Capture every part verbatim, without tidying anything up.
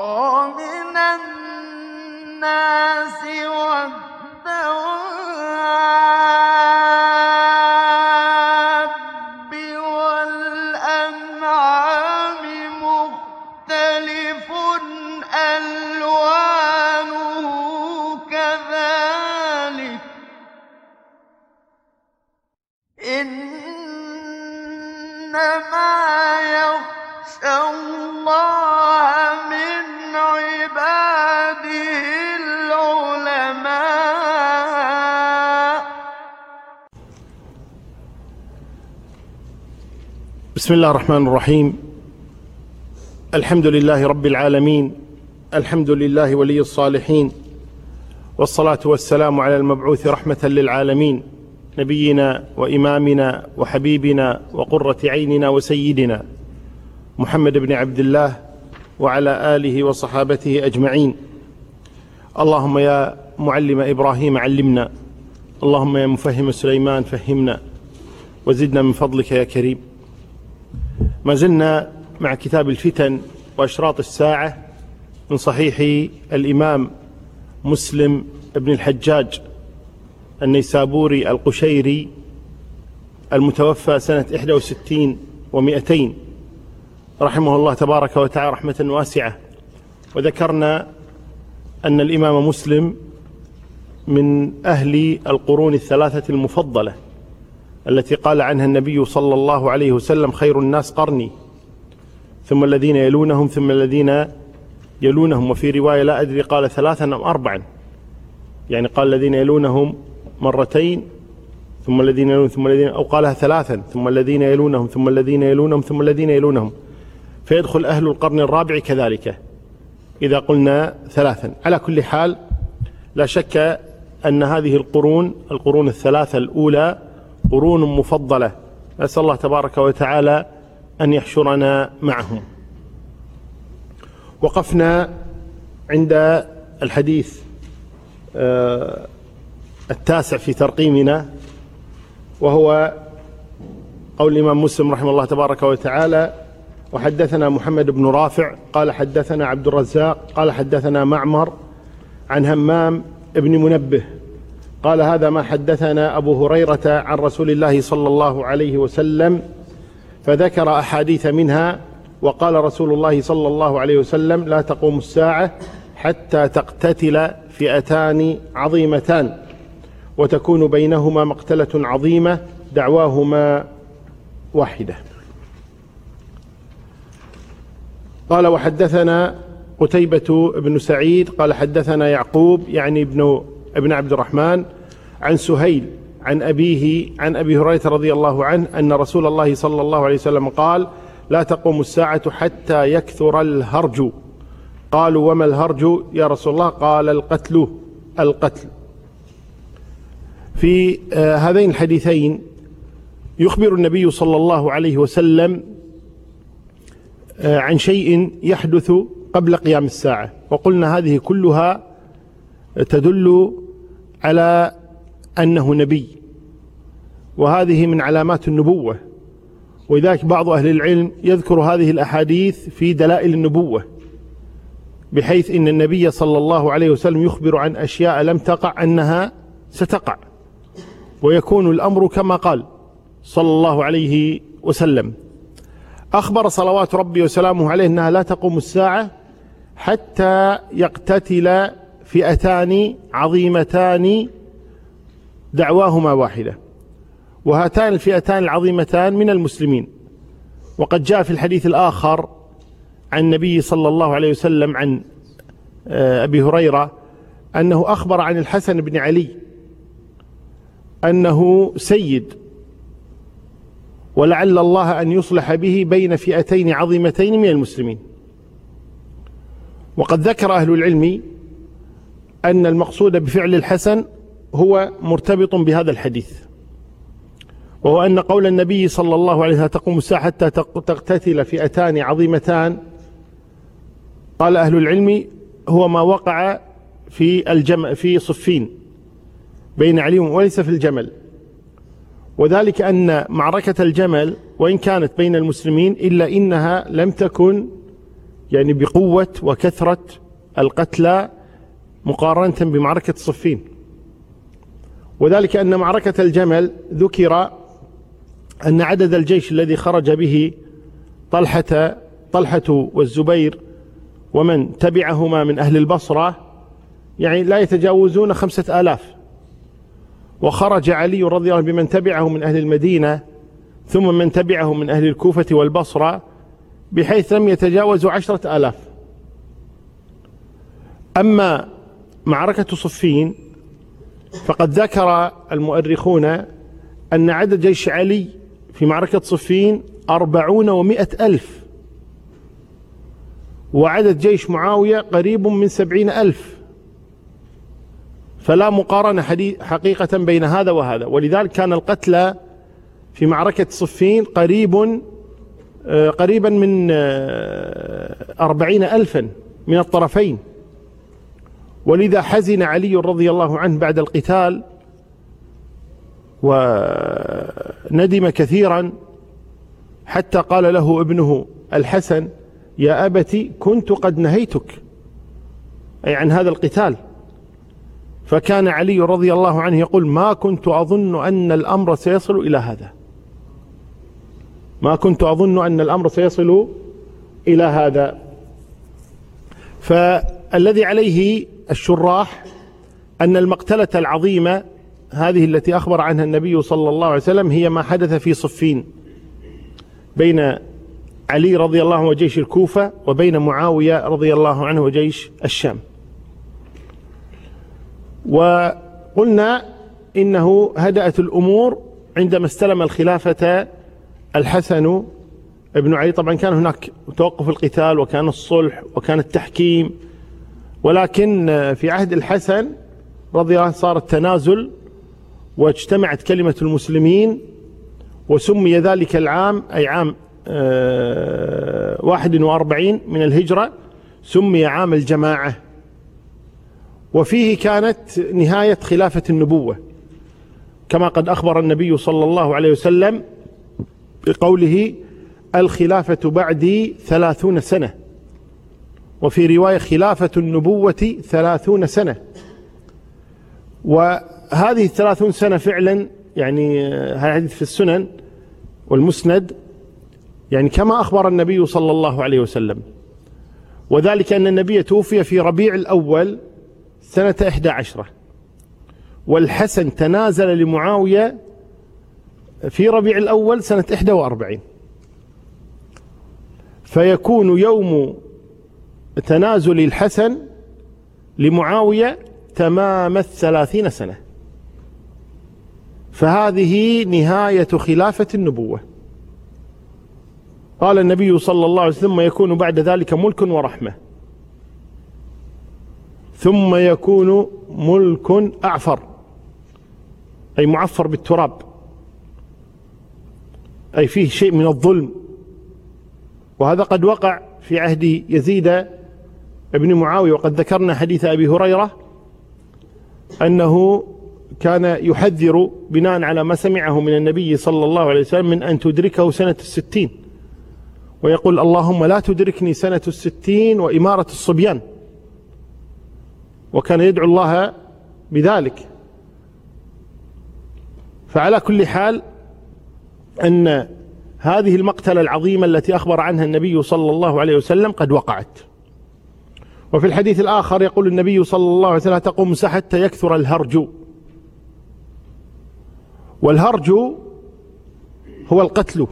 ومن الناس والدواب والأنعام مختلف ألوانه كذلك إنما يخشى الله من عباده العلماء. بسم الله الرحمن الرحيم. الحمد لله رب العالمين، الحمد لله ولي الصالحين، والصلاة والسلام على المبعوث رحمة للعالمين، نبينا وإمامنا وحبيبنا وقرة عيننا وسيدنا محمد بن عبد الله وعلى آله وصحابته أجمعين. اللهم يا معلم إبراهيم علمنا، اللهم يا مفهم سليمان فهمنا، وزدنا من فضلك يا كريم. ما زلنا مع كتاب الفتن وأشراط الساعة من صحيح الإمام مسلم بن الحجاج النيسابوري القشيري المتوفى سنة إحدى وستين ومئتين رحمه الله تبارك وتعالى رحمة واسعة. وذكرنا أن الإمام مسلم من أهل القرون الثلاثة المفضلة التي قال عنها النبي صلى الله عليه وسلم: خير الناس قرني ثم الذين يلونهم ثم الذين يلونهم. وفي رواية لا أدري قال ثلاثا أم أربعا، يعني قال الذين يلونهم مرتين ثم الذين يلونهم ثم الذين، أو قالها ثلاثا ثم الذين يلونهم ثم الذين يلونهم ثم الذين يلونهم، فيدخل أهل القرن الرابع كذلك إذا قلنا ثلاثا. على كل حال لا شك أن هذه القرون القرون الثلاثة الأولى قرون مفضلة، نسأل الله تبارك وتعالى أن يحشرنا معهم. وقفنا عند الحديث التاسع في ترقيمنا، وهو قول الإمام مسلم رحمه الله تبارك وتعالى: وحدثنا محمد بن رافع قال حدثنا عبد الرزاق قال حدثنا معمر عن همام بن منبه قال هذا ما حدثنا أبو هريرة عن رسول الله صلى الله عليه وسلم، فذكر أحاديث منها، وقال رسول الله صلى الله عليه وسلم: لا تقوم الساعة حتى تقتتل فئتان عظيمتان وتكون بينهما مقتلة عظيمة دعواهما واحدة. قال: وحدثنا قتيبة بن سعيد قال حدثنا يعقوب يعني ابن ابن عبد الرحمن عن سهيل عن أبيه عن أبي هريرة رضي الله عنه أن رسول الله صلى الله عليه وسلم قال: لا تقوم الساعة حتى يكثر الهرج. قالوا: وما الهرج يا رسول الله؟ قال: القتل القتل. في آه هذين الحديثين يخبر النبي صلى الله عليه وسلم آه عن شيء يحدث قبل قيام الساعة، وقلنا هذه كلها تدل على أنه نبي، وهذه من علامات النبوة، ولذلك بعض أهل العلم يذكر هذه الأحاديث في دلائل النبوة، بحيث إن النبي صلى الله عليه وسلم يخبر عن أشياء لم تقع أنها ستقع، ويكون الأمر كما قال صلى الله عليه وسلم. أخبر صلوات ربي وسلامه عليه أنها لا تقوم الساعة حتى يقتتل فئتان عظيمتان دعواهما واحدة، وهاتان الفئتان العظيمتان من المسلمين. وقد جاء في الحديث الآخر عن النبي صلى الله عليه وسلم عن أبي هريرة أنه أخبر عن الحسن بن علي أنه سيد، ولعل الله أن يصلح به بين فئتين عظيمتين من المسلمين. وقد ذكر أهل العلم أن المقصود بفعل الحسن هو مرتبط بهذا الحديث، وهو أن قول النبي صلى الله عليه وسلم: تقوم الساعة حتى تقتتل فئتان عظيمتان، قال أهل العلم هو ما وقع في الجمع في صفين بين علي وليس في الجمل، وذلك أن معركة الجمل وإن كانت بين المسلمين إلا إنها لم تكن يعني بقوة وكثرة القتلى مقارنة بمعركة صفين. وذلك أن معركة الجمل ذكر أن عدد الجيش الذي خرج به طلحة طلحة والزبير ومن تبعهما من أهل البصرة يعني لا يتجاوزون خمسة آلاف، وخرج علي رضي الله عنه بمن تبعه من أهل المدينة ثم من تبعه من أهل الكوفة والبصرة بحيث لم يتجاوزوا عشرة آلاف. أما معركة صفين فقد ذكر المؤرخون أن عدد جيش علي في معركة صفين أربعون ومائة ألف، وعدد جيش معاوية قريب من سبعين ألف، فلا مقارنة حقيقة بين هذا وهذا. ولذلك كان القتلى في معركة صفين قريب قريبا من أربعين ألفا من الطرفين. ولذا حزن علي رضي الله عنه بعد القتال وندم كثيرا، حتى قال له ابنه الحسن: يا أبت كنت قد نهيتك، أي عن هذا القتال. فكان علي رضي الله عنه يقول: ما كنت أظن أن الأمر سيصل إلى هذا، ما كنت أظن أن الأمر سيصل إلى هذا. فالذي عليه الشراح أن المقتلة العظيمة هذه التي أخبر عنها النبي صلى الله عليه وسلم هي ما حدث في صفين بين علي رضي الله عنه وجيش الكوفة وبين معاوية رضي الله عنه وجيش الشام. وقلنا إنه هدأت الأمور عندما استلم الخلافة الحسن ابن علي. طبعا كان هناك توقف القتال وكان الصلح وكان التحكيم، ولكن في عهد الحسن رضي الله عنه صار التنازل واجتمعت كلمة المسلمين، وسمي ذلك العام أي عام واحد وأربعين من الهجرة سمي عام الجماعة. وفيه كانت نهاية خلافة النبوة كما قد أخبر النبي صلى الله عليه وسلم بقوله: الخلافة بعدي ثلاثون سنة، وفي رواية: خلافة النبوة ثلاثون سنة. وهذه الثلاثون سنة فعلا يعني هذا حديث في السنن والمسند يعني كما أخبر النبي صلى الله عليه وسلم، وذلك أن النبي توفي في ربيع الأول سنة إحدى عشرة، والحسن تنازل لمعاوية في ربيع الأول سنة إحدى وأربعين، فيكون يوم تنازل الحسن لمعاوية تمام الثلاثين سنة، فهذه نهاية خلافة النبوة. قال النبي صلى الله عليه وسلم: يكون بعد ذلك ملك ورحمة، ثم يكون ملك أعفر أي معفر بالتراب، أي فيه شيء من الظلم. وهذا قد وقع في عهد يزيد ابن معاوية. وقد ذكرنا حديث أبي هريرة أنه كان يحذر بناء على ما سمعه من النبي صلى الله عليه وسلم من أن تدركه سنة الستين، ويقول: اللهم لا تدركني سنة الستين وإمارة الصبيان، وكان يدعو الله بذلك. فعلى كل حال أن هذه المقتلة العظيمة التي أخبر عنها النبي صلى الله عليه وسلم قد وقعت. وفي الحديث الآخر يقول النبي صلى الله عليه وسلم: تقوم الساعة حتى يكثر الهرج. والهرج هو القتل،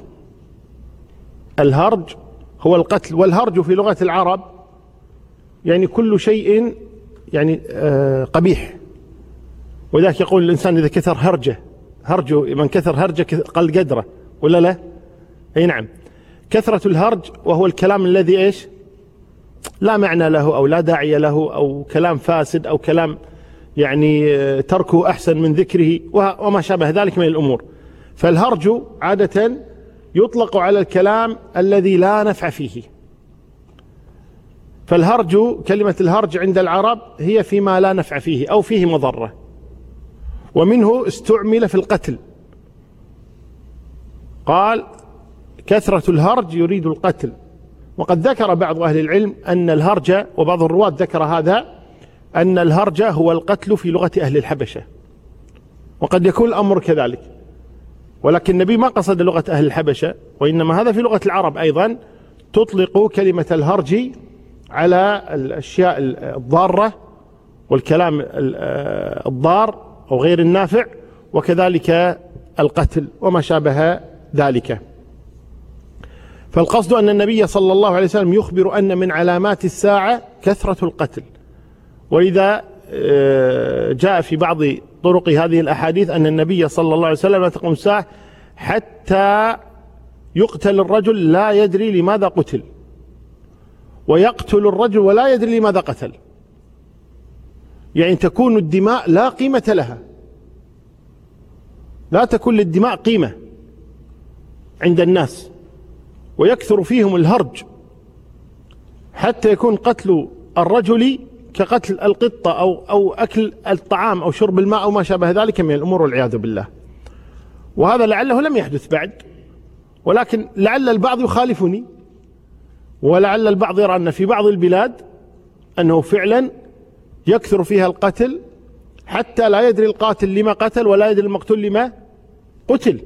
الهرج هو القتل. والهرج في لغة العرب يعني كل شيء يعني آه قبيح. وذلك يقول الإنسان إذا كثر هرجه، هرجه من كثر هرجه قل قدره، ولا لا؟ أي نعم. كثرة الهرج وهو الكلام الذي إيش لا معنى له أو لا داعي له، أو كلام فاسد، أو كلام يعني تركه أحسن من ذكره وما شابه ذلك من الأمور. فالهرج عادة يطلق على الكلام الذي لا نفع فيه. فالهرج كلمة الهرج عند العرب هي فيما لا نفع فيه أو فيه مضرة، ومنه استعمل في القتل. قال: كثرة الهرج يريد القتل، وقد ذكر بعض أهل العلم أن الهرج، وبعض الرواة ذكر هذا، أن الهرج هو القتل في لغة أهل الحبشة، وقد يكون الأمر كذلك، ولكن النبي ما قصد لغة أهل الحبشة، وإنما هذا في لغة العرب أيضا تطلق كلمة الهرج على الأشياء الضارة والكلام الضار أو غير النافع، وكذلك القتل وما شابه ذلك. فالقصد أن النبي صلى الله عليه وسلم يخبر أن من علامات الساعة كثرة القتل، وإذا جاء في بعض طرق هذه الأحاديث أن النبي صلى الله عليه وسلم لا تقوم الساعة حتى يقتل الرجل لا يدري لماذا قتل، ويقتل الرجل ولا يدري لماذا قتل، يعني تكون الدماء لا قيمة لها، لا تكون للدماء قيمة عند الناس، ويكثر فيهم الهرج حتى يكون قتل الرجل كقتل القطة أو أو أكل الطعام أو شرب الماء أو ما شابه ذلك من الأمور والعياذ بالله. وهذا لعله لم يحدث بعد، ولكن لعل البعض يخالفني، ولعل البعض يرى أن في بعض البلاد أنه فعلا يكثر فيها القتل حتى لا يدري القاتل لما قتل ولا يدري المقتول لما قتل.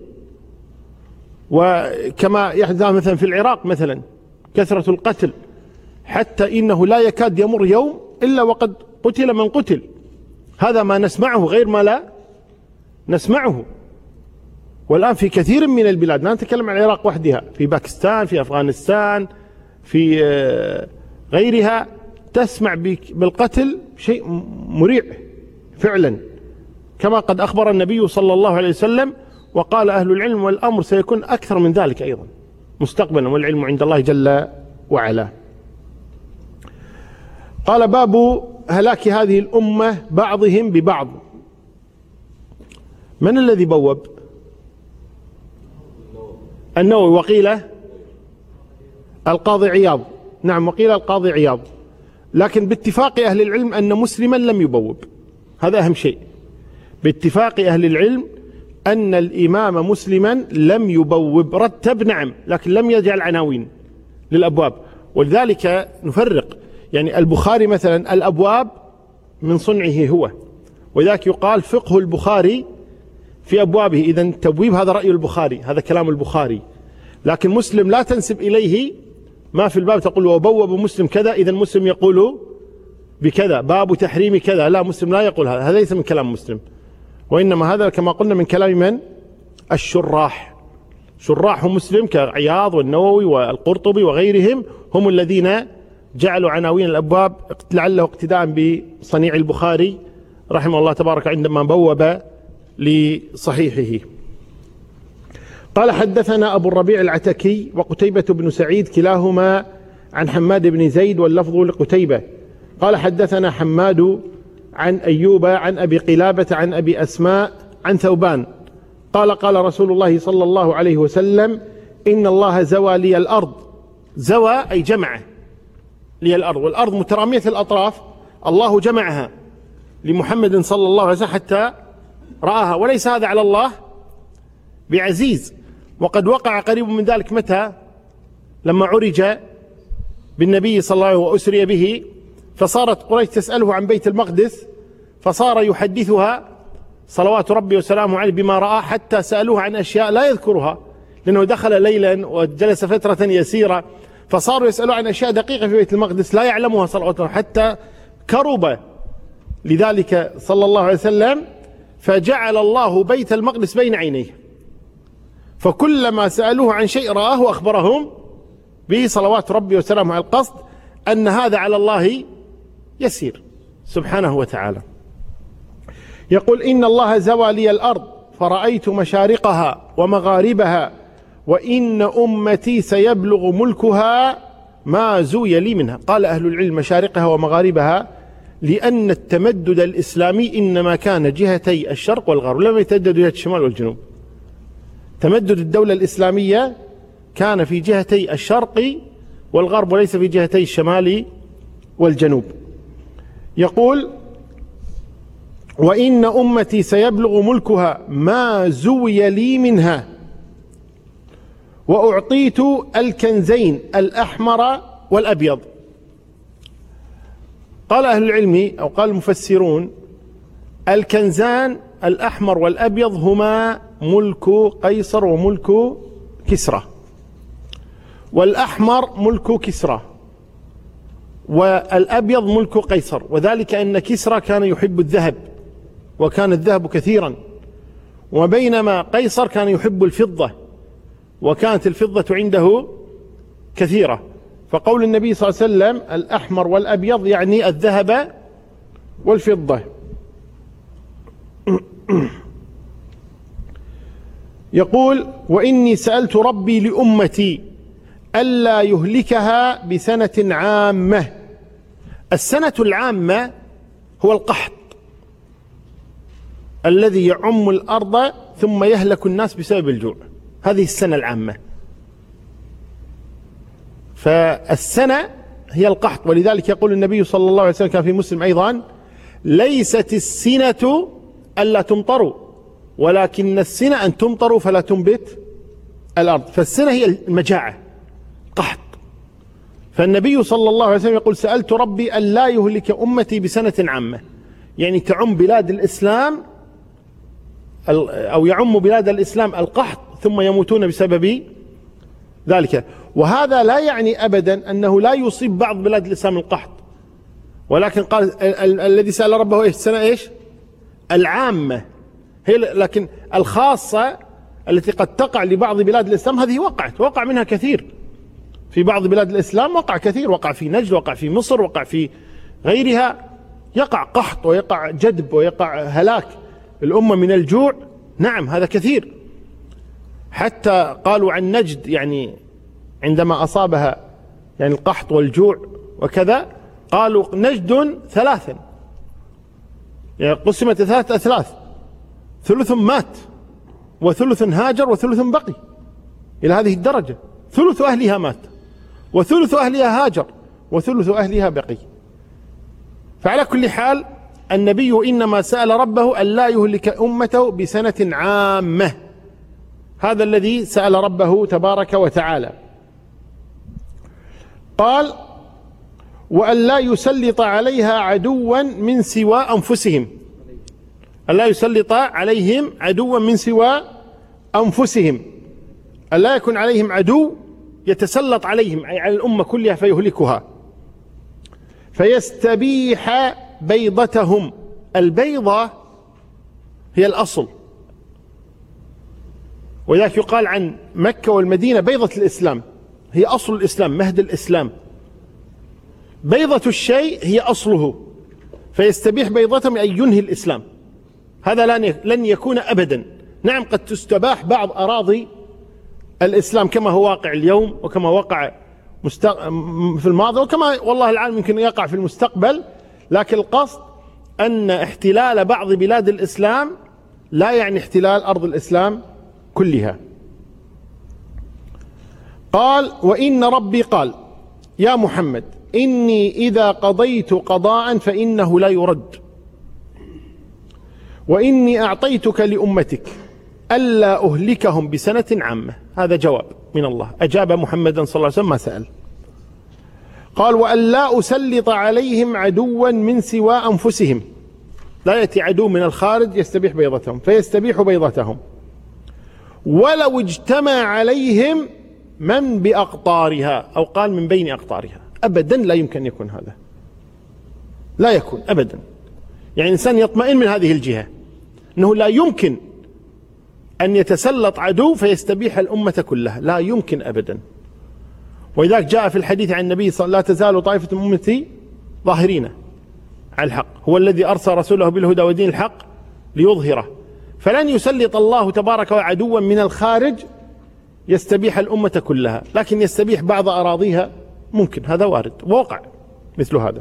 وكما يحدث مثلا في العراق مثلا كثرة القتل حتى إنه لا يكاد يمر يوم إلا وقد قتل من قتل. هذا ما نسمعه غير ما لا نسمعه. والآن في كثير من البلاد، لا نتكلم عن العراق وحدها، في باكستان، في أفغانستان، في غيرها، تسمع بالقتل شيء مريع فعلا، كما قد أخبر النبي صلى الله عليه وسلم. وقال أهل العلم والأمر سيكون أكثر من ذلك أيضا مستقبلا، والعلم عند الله جل وعلا. قال: باب هلاك هذه الأمة بعضهم ببعض. من الذي بوب؟ النووي، وقيل القاضي عياض. نعم، وقيل القاضي عياض، لكن باتفاق أهل العلم أن مسلما لم يبوب، هذا أهم شيء. باتفاق أهل العلم أن الإمام مسلما لم يبوب، رتب نعم، لكن لم يجعل عناوين للأبواب. ولذلك نفرق، يعني البخاري مثلا الأبواب من صنعه هو، وذاك يقال فقه البخاري في أبوابه. إذن تبويب هذا رأي البخاري، هذا كلام البخاري. لكن مسلم لا تنسب إليه ما في الباب تقول وبوب مسلم كذا إذن مسلم يقول بكذا، باب تحريم كذا، لا، مسلم لا يقول هذا، هذا ليس من كلام مسلم، وإنما هذا كما قلنا من كلام من؟ الشراح. شراح مسلم كعياض والنووي والقرطبي وغيرهم هم الذين جعلوا عناوين الأبواب لعله اقتداء بصنيع البخاري رحمه الله تبارك عندما بوب لصحيحه. قال: حدثنا أبو الربيع العتكي وقتيبة بن سعيد كلاهما عن حماد بن زيد واللفظ لقتيبة. قال: حدثنا حماد عن أيوب عن أبي قلابة عن أبي أسماء عن ثوبان قال: قال رسول الله صلى الله عليه وسلم: إن الله زوى لي الأرض. زوى أي جمع لي الأرض، والأرض مترامية الأطراف، الله جمعها لمحمد صلى الله عليه وسلم حتى رآها، وليس هذا على الله بعزيز. وقد وقع قريب من ذلك متى؟ لما عرج بالنبي صلى الله عليه وسلم وأسري به، فصارت قريش تسأله عن بيت المقدس، فصار يحدثها صلوات ربي وسلامه عليه بما رأى، حتى سألوه عن أشياء لا يذكرها، لأنه دخل ليلا وجلس فترة يسيرة، فصاروا يسألوا عن أشياء دقيقة في بيت المقدس لا يعلمها صلوات الله، حتى كرب لذلك صلى الله عليه وسلم، فجعل الله بيت المقدس بين عينيه، فكلما سألوه عن شيء رآه وأخبرهم به صلوات ربي وسلامه على القصد أن هذا على الله يسير سبحانه وتعالى. يقول: إن الله زوى لي الأرض فرأيت مشارقها ومغاربها وإن أمتي سيبلغ ملكها ما زوي لي منها. قال أهل العلم مشارقها ومغاربها لأن التمدد الإسلامي إنما كان جهتي الشرق والغرب، لم يتمدد جهة الشمال والجنوب. تمدد الدولة الإسلامية كان في جهتي الشرق والغرب وليس في جهتي الشمال والجنوب. يقول: وإن أمتي سيبلغ ملكها ما زوي لي منها وأعطيت الكنزين الأحمر والأبيض. قال أهل العلم أو قال المفسرون: الكنزان الأحمر والأبيض هما ملك قيصر وملك كسرى، والأحمر ملك كسرى والأبيض ملك قيصر، وذلك أن كسرى كان يحب الذهب وكان الذهب كثيرا، وبينما قيصر كان يحب الفضة وكانت الفضة عنده كثيرة. فقول النبي صلى الله عليه وسلم الأحمر والأبيض يعني الذهب والفضة. يقول: وإني سألت ربي لأمتي ألا يهلكها بسنة عامة. السنة العامة هو القحط الذي يعم الأرض ثم يهلك الناس بسبب الجوع، هذه السنة العامة. فالسنة هي القحط، ولذلك يقول النبي صلى الله عليه وسلم كان في مسلم أيضا: ليست السنة ألا تمطروا ولكن السنة أن تمطروا فلا تنبت الأرض. فالسنة هي المجاعة، قحط. فالنبي صلى الله عليه وسلم يقول: سألت ربي أن لا يهلك أمتي بسنة عامة، يعني تعم بلاد الإسلام أو يعم بلاد الإسلام القحط ثم يموتون بسبب ذلك. وهذا لا يعني أبدا أنه لا يصيب بعض بلاد الإسلام القحط، ولكن قال الذي سأل ربه إيش؟ السنة إيش؟ العامة هي، لكن الخاصة التي قد تقع لبعض بلاد الإسلام هذه وقعت، وقع منها كثير في بعض بلاد الإسلام، وقع كثير، وقع في نجد، وقع في مصر، وقع في غيرها، يقع قحط ويقع جدب ويقع هلاك الأمة من الجوع. نعم هذا كثير، حتى قالوا عن نجد يعني عندما أصابها يعني القحط والجوع وكذا، قالوا نجد ثلاثا، يعني قسمت ثلاث أثلاث، ثلث مات وثلث هاجر وثلث بقي، إلى هذه الدرجة، ثلث أهلها مات وثلث أهلها هاجر وثلث أهلها بقي. فعلى كل حال النبي إنما سأل ربه أن لا يهلك أمته بسنة عامة، هذا الذي سأل ربه تبارك وتعالى. قال: وأن لا يسلط عليها عدوا من سوى أنفسهم، أن لا يسلط عليهم عدوا من سوى أنفسهم، أن لا يكون عليهم عدو يتسلط عليهم أي على الأمة كلها فيهلكها. فيستبيح بيضتهم، البيضة هي الأصل، ولذلك يقال عن مكة والمدينة بيضة الإسلام، هي أصل الإسلام، مهد الإسلام. بيضة الشيء هي أصله، فيستبيح بيضتهم أي ينهي الإسلام، هذا لن يكون أبدا. نعم قد تستباح بعض أراضي الإسلام كما هو واقع اليوم وكما وقع في الماضي وكما والله العالم يمكن يقع في المستقبل، لكن القصد أن احتلال بعض بلاد الإسلام لا يعني احتلال أرض الإسلام كلها. قال: وإن ربي قال يا محمد إني إذا قضيت قضاء فإنه لا يرد، وإني أعطيتك لأمتك ألا أهلكهم بسنة عامة. هذا جواب من الله، أجاب محمدا صلى الله عليه وسلم ما سأل. قال: وأن لا أسلط عليهم عدوا من سوى أنفسهم، لا يأتي عدو من الخارج يستبيح بيضتهم فيستبيح بيضتهم. ولو اجتمع عليهم من بأقطارها، أو قال من بين أقطارها، أبدا لا يمكن يكون هذا، لا يكون أبدا. يعني الإنسان يطمئن من هذه الجهة أنه لا يمكن أن يتسلط عدو فيستبيح الأمة كلها، لا يمكن أبدا. ولذلك جاء في الحديث عن النبي صلى الله عليه وسلم: لا تزال طائفة من أمتي ظاهرين على الحق، هو الذي أرسل رسوله بالهدى ودين الحق ليظهره. فلن يسلط الله تبارك وتعالى عدوا من الخارج يستبيح الأمة كلها، لكن يستبيح بعض أراضيها ممكن، هذا وارد ووقع مثل هذا.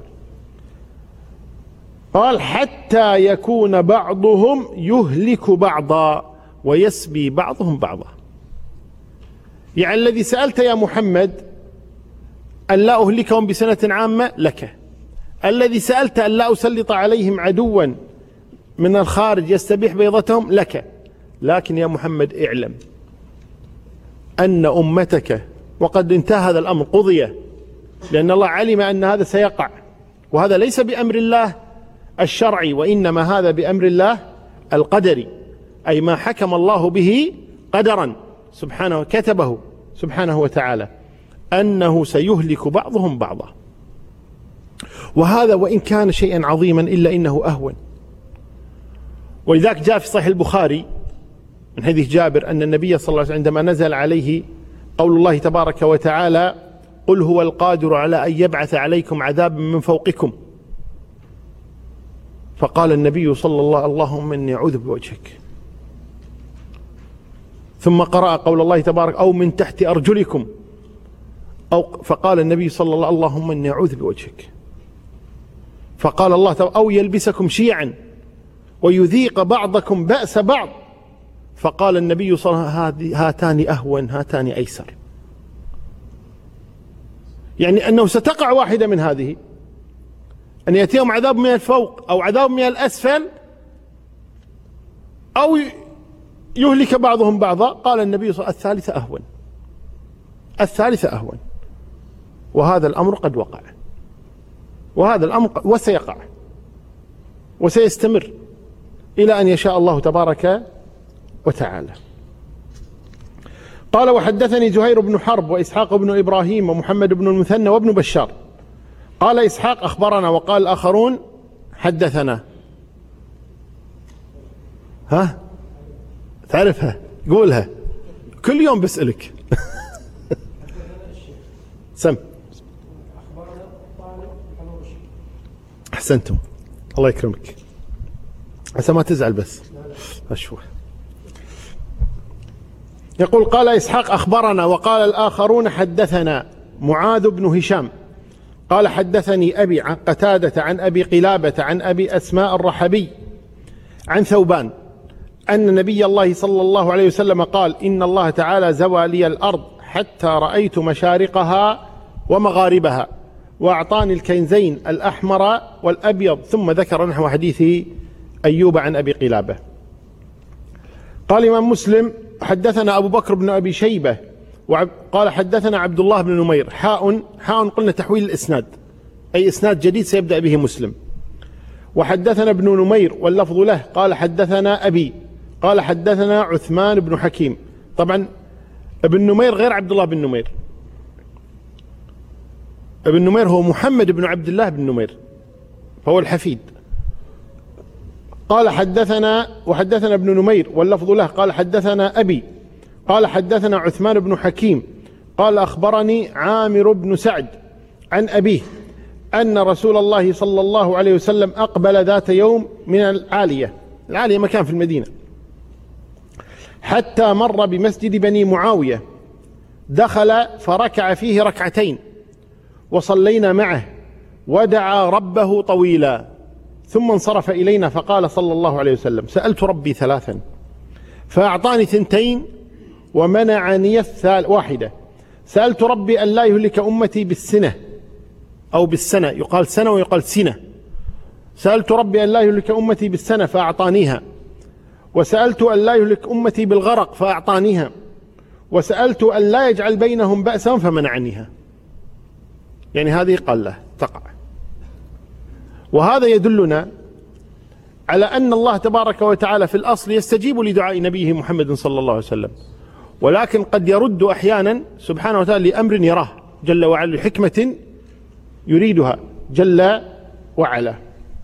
قال: حتى يكون بعضهم يهلك بعضا ويسبي بعضهم بعضا. يعني الذي سألت يا محمد أن لا أهلكهم بسنة عامة لك، الذي سألت أن لا أسلط عليهم عدوا من الخارج يستبيح بيضتهم لك، لكن يا محمد اعلم أن أمتك، وقد انتهى هذا الأمر، قضي، لأن الله علم أن هذا سيقع، وهذا ليس بأمر الله الشرعي، وإنما هذا بأمر الله القدري، أي ما حكم الله به قدرا سبحانه، كتبه سبحانه وتعالى أنه سيهلك بعضهم بعضا. وهذا وإن كان شيئا عظيما إلا إنه أهون. ولذلك جاء في صحيح البخاري من حديث جابر أن النبي صلى الله عليه وسلم عندما نزل عليه قول الله تبارك وتعالى: قل هو القادر على أن يبعث عليكم عذابا من فوقكم، فقال النبي صلى الله عليه وسلم: اللهم إني أعوذ بوجهك. ثم قرأ قول الله تبارك: أو من تحت أرجلكم، أو فقال النبي صلى الله عليه وسلم: اللهم إني أعوذ بوجهك. فقال الله تبارك: أو يلبسكم شيعا ويذيق بعضكم بأس بعض، فقال النبي صلى الله عليه وسلم: هاتان أهون هاتان أيسر. يعني أنه ستقع واحدة من هذه، أن يأتيهم عذاب من الفوق أو عذاب من الأسفل، أو يهلك بعضهم بعضا. قال النبي صلى الله عليه وسلم: الثالثة أهون، الثالثة أهون. وهذا الأمر قد وقع، وهذا الأمر وسيقع وسيستمر إلى أن يشاء الله تبارك وتعالى. قال: وحدثني زهير بن حرب وإسحاق بن إبراهيم ومحمد بن المثنى وابن بشار. قال إسحاق: أخبرنا، وقال الآخرون: حدثنا. ها تعرفها؟ قولها، كل يوم بسألك. سم. أحسنتم، الله يكرمك، عسى ما تزعل بس أشوف. يقول: قال إسحاق: أخبرنا، وقال الآخرون: حدثنا. معاذ بن هشام قال: حدثني أبي عن قتادة عن أبي قلابة عن أبي أسماء الرحبي عن ثوبان أن نبي الله صلى الله عليه وسلم قال: إن الله تعالى زوى لي الأرض حتى رأيت مشارقها ومغاربها، وأعطاني الكنزين الأحمر والأبيض. ثم ذكر نحو حديث أيوب عن أبي قلابة. قال الإمام مسلم: حدثنا أبو بكر بن أبي شيبة قال: حدثنا عبد الله بن نمير. حاء حاء قلنا تحويل الإسناد، أي إسناد جديد سيبدأ به مسلم. وحدثنا ابن نمير واللفظ له قال: حدثنا أبي قال: حدثنا عثمان بن حكيم. طبعا ابن نمير غير عبد الله بن نمير، ابن نمير هو محمد بن عبد الله بن نمير، فهو الحفيد. قال: حدثنا وحدثنا ابن نمير واللفظ له قال: حدثنا أبي قال: حدثنا عثمان بن حكيم قال: أخبرني عامر بن سعد عن أبيه أن رسول الله صلى الله عليه وسلم أقبل ذات يوم من العالية، العالية مكان في المدينة، حتى مر بمسجد بني معاوية، دخل فركع فيه ركعتين وصلينا معه ودعا ربه طويلا، ثم انصرف إلينا فقال صلى الله عليه وسلم: سألت ربي ثلاثا فأعطاني ثنتين ومنعني الثالث واحدة. سألت ربي أن لا يهلك أمتي بالسنة أو بالسنة، يقال سنة ويقال سنة. سألت ربي أن لا يهلك أمتي بالسنة فأعطانيها، وسألت أن لا يهلك أمتي بالغرق فأعطانيها، وسألت أن لا يجعل بينهم بأسا فمنعنيها. يعني هذه قلة تقع. وهذا يدلنا على أن الله تبارك وتعالى في الأصل يستجيب لدعاء نبيه محمد صلى الله عليه وسلم، ولكن قد يرد أحيانا سبحانه وتعالى لأمر يراه جل وعلا، لحكمة يريدها جل وعلا.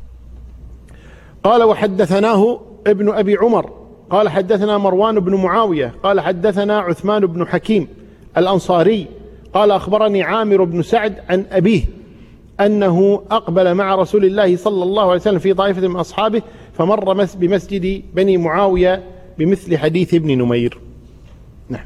قال: وحدثناه ابن أبي عمر قال: حدثنا مروان بن معاوية قال: حدثنا عثمان بن حكيم الأنصاري قال: أخبرني عامر بن سعد عن أبيه أنه أقبل مع رسول الله صلى الله عليه وسلم في طائفة من أصحابه، فمر بمسجد بني معاوية بمثل حديث ابن نمير. نعم.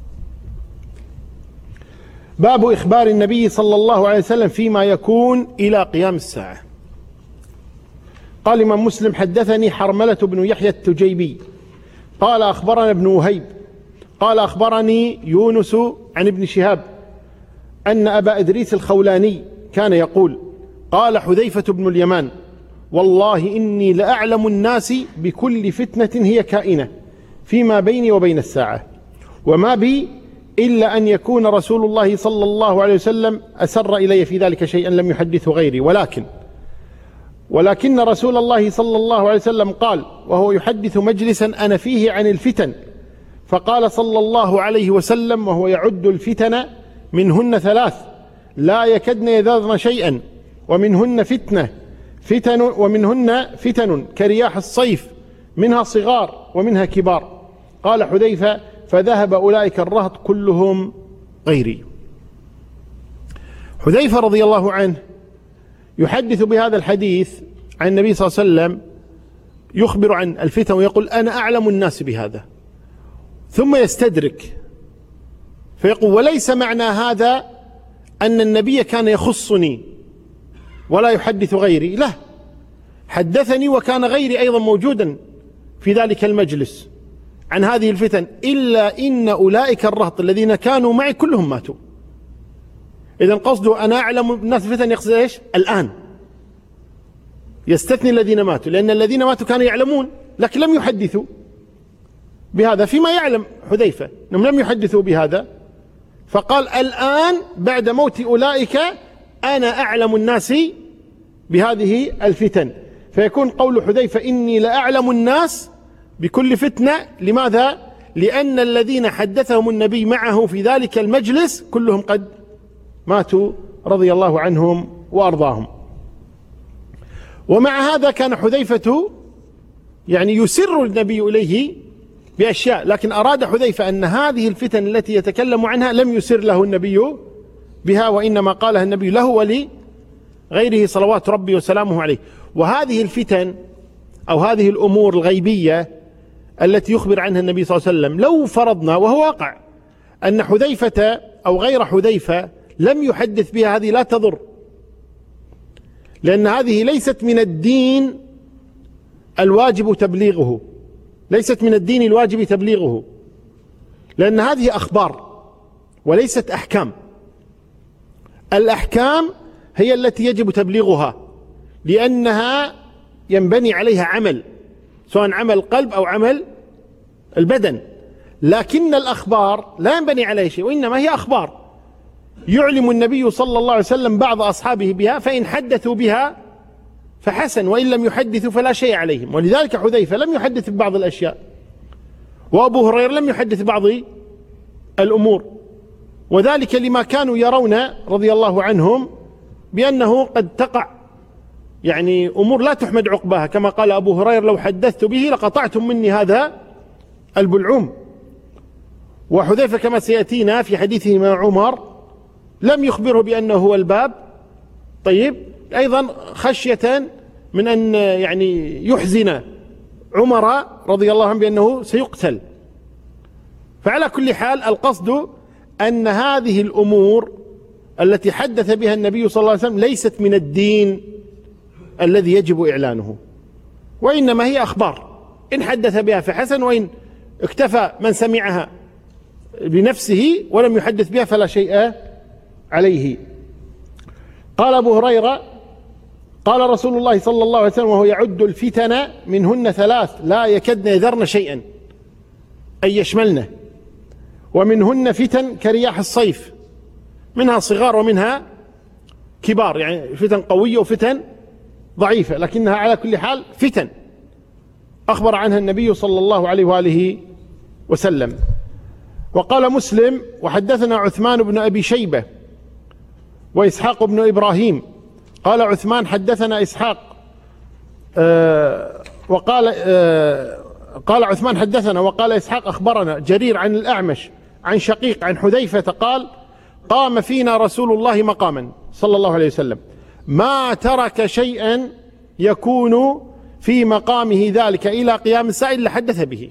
باب إخبار النبي صلى الله عليه وسلم فيما يكون إلى قيام الساعة. قال الإمام مسلم: حدثني حرملة بن يحيى التجيبي قال: أخبرنا ابن وهيب قال: أخبرني يونس عن ابن شهاب أن أبا إدريس الخولاني كان يقول: قال حذيفة بن اليمان: والله إني لأعلم الناس بكل فتنة هي كائنة فيما بيني وبين الساعة، وما بي إلا أن يكون رسول الله صلى الله عليه وسلم أسر إلي في ذلك شيئا لم يحدثه غيري، ولكن ولكن رسول الله صلى الله عليه وسلم قال وهو يحدث مجلسا أنا فيه عن الفتن، فقال صلى الله عليه وسلم وهو يعد الفتن منهن ثلاث لا يكدن يذرن شيئا، ومنهن فتنة فتن ومنهن فتن كرياح الصيف منها صغار ومنها كبار. قال حذيفة فذهب أولئك الرهط كلهم غيري. حذيفة رضي الله عنه يحدث بهذا الحديث عن النبي صلى الله عليه وسلم، يخبر عن الفتن ويقول أنا أعلم الناس بهذا، ثم يستدرك فيقول وليس معنى هذا أن النبي كان يخصني ولا يحدث غيري، لا، حدثني وكان غيري أيضا موجودا في ذلك المجلس عن هذه الفتن، إلا إن أولئك الرهط الذين كانوا معي كلهم ماتوا. إذن قصده أنا أعلم الناس الفتن يقصد إيش؟ الآن، يستثني الذين ماتوا، لأن الذين ماتوا كانوا يعلمون لكن لم يحدثوا بهذا، فيما يعلم حذيفة أنهم لم يحدثوا بهذا، فقال الآن بعد موت أولئك أنا أعلم الناس بهذه الفتن. فيكون قول حذيفة إني لأعلم الناس بكل فتنة، لماذا؟ لأن الذين حدثهم النبي معه في ذلك المجلس كلهم قد ماتوا رضي الله عنهم وأرضاهم. ومع هذا كان حذيفة يعني يسر النبي إليه بأشياء، لكن أراد حذيفة أن هذه الفتن التي يتكلم عنها لم يسر له النبي بها، وإنما قالها النبي له ولغيره صلوات ربي وسلامه عليه. وهذه الفتن أو هذه الأمور الغيبية التي يخبر عنها النبي صلى الله عليه وسلم، لو فرضنا وهو واقع أن حذيفة أو غير حذيفة لم يحدث بها، هذه لا تضر، لأن هذه ليست من الدين الواجب تبليغه، ليست من الدين الواجب تبليغه، لأن هذه أخبار وليست أحكام. الأحكام هي التي يجب تبليغها، لأنها ينبني عليها عمل، سواء عمل قلب أو عمل البدن، لكن الأخبار لا ينبني عليها شيء، وإنما هي أخبار يعلم النبي صلى الله عليه وسلم بعض أصحابه بها، فإن حدثوا بها فحسن، وإن لم يحدثوا فلا شيء عليهم. ولذلك حذيفة لم يحدث ببعض الأشياء، وأبو هريرة لم يحدث ببعض الأمور، وذلك لما كانوا يرون رضي الله عنهم بأنه قد تقع يعني أمور لا تحمد عقباها، كما قال أبو هريرة لو حدثت به لقطعتم مني هذا البلعوم. وحذيفة كما سيأتينا في حديثه مع عمر لم يخبره بأنه هو الباب، طيب، أيضا خشية من أن يعني يحزن عمر رضي الله عنه بأنه سيقتل. فعلى كل حال القصد أن هذه الأمور التي حدث بها النبي صلى الله عليه وسلم ليست من الدين الذي يجب إعلانه، وإنما هي أخبار، إن حدث بها فحسن، وإن اكتفى من سمعها بنفسه ولم يحدث بها فلا شيء عليه. قال أبو هريرة قال رسول الله صلى الله عليه وسلم وهو يعد الفتن منهن ثلاث لا يكدن يذرن شيئا، أي يشملن، ومنهن فتن كرياح الصيف منها صغار ومنها كبار، يعني فتن قوية وفتن ضعيفة، لكنها على كل حال فتن أخبر عنها النبي صلى الله عليه وآله وسلم. وقال مسلم وحدثنا عثمان بن أبي شيبة وإسحاق بن إبراهيم. قال عثمان حدثنا إسحاق آه وقال آه قال عثمان حدثنا، وقال إسحاق أخبرنا جرير عن الأعمش عن شقيق عن حذيفة قال قام فينا رسول الله مقاما صلى الله عليه وسلم ما ترك شيئا يكون في مقامه ذلك إلى قيام الساعة إلا حدث به،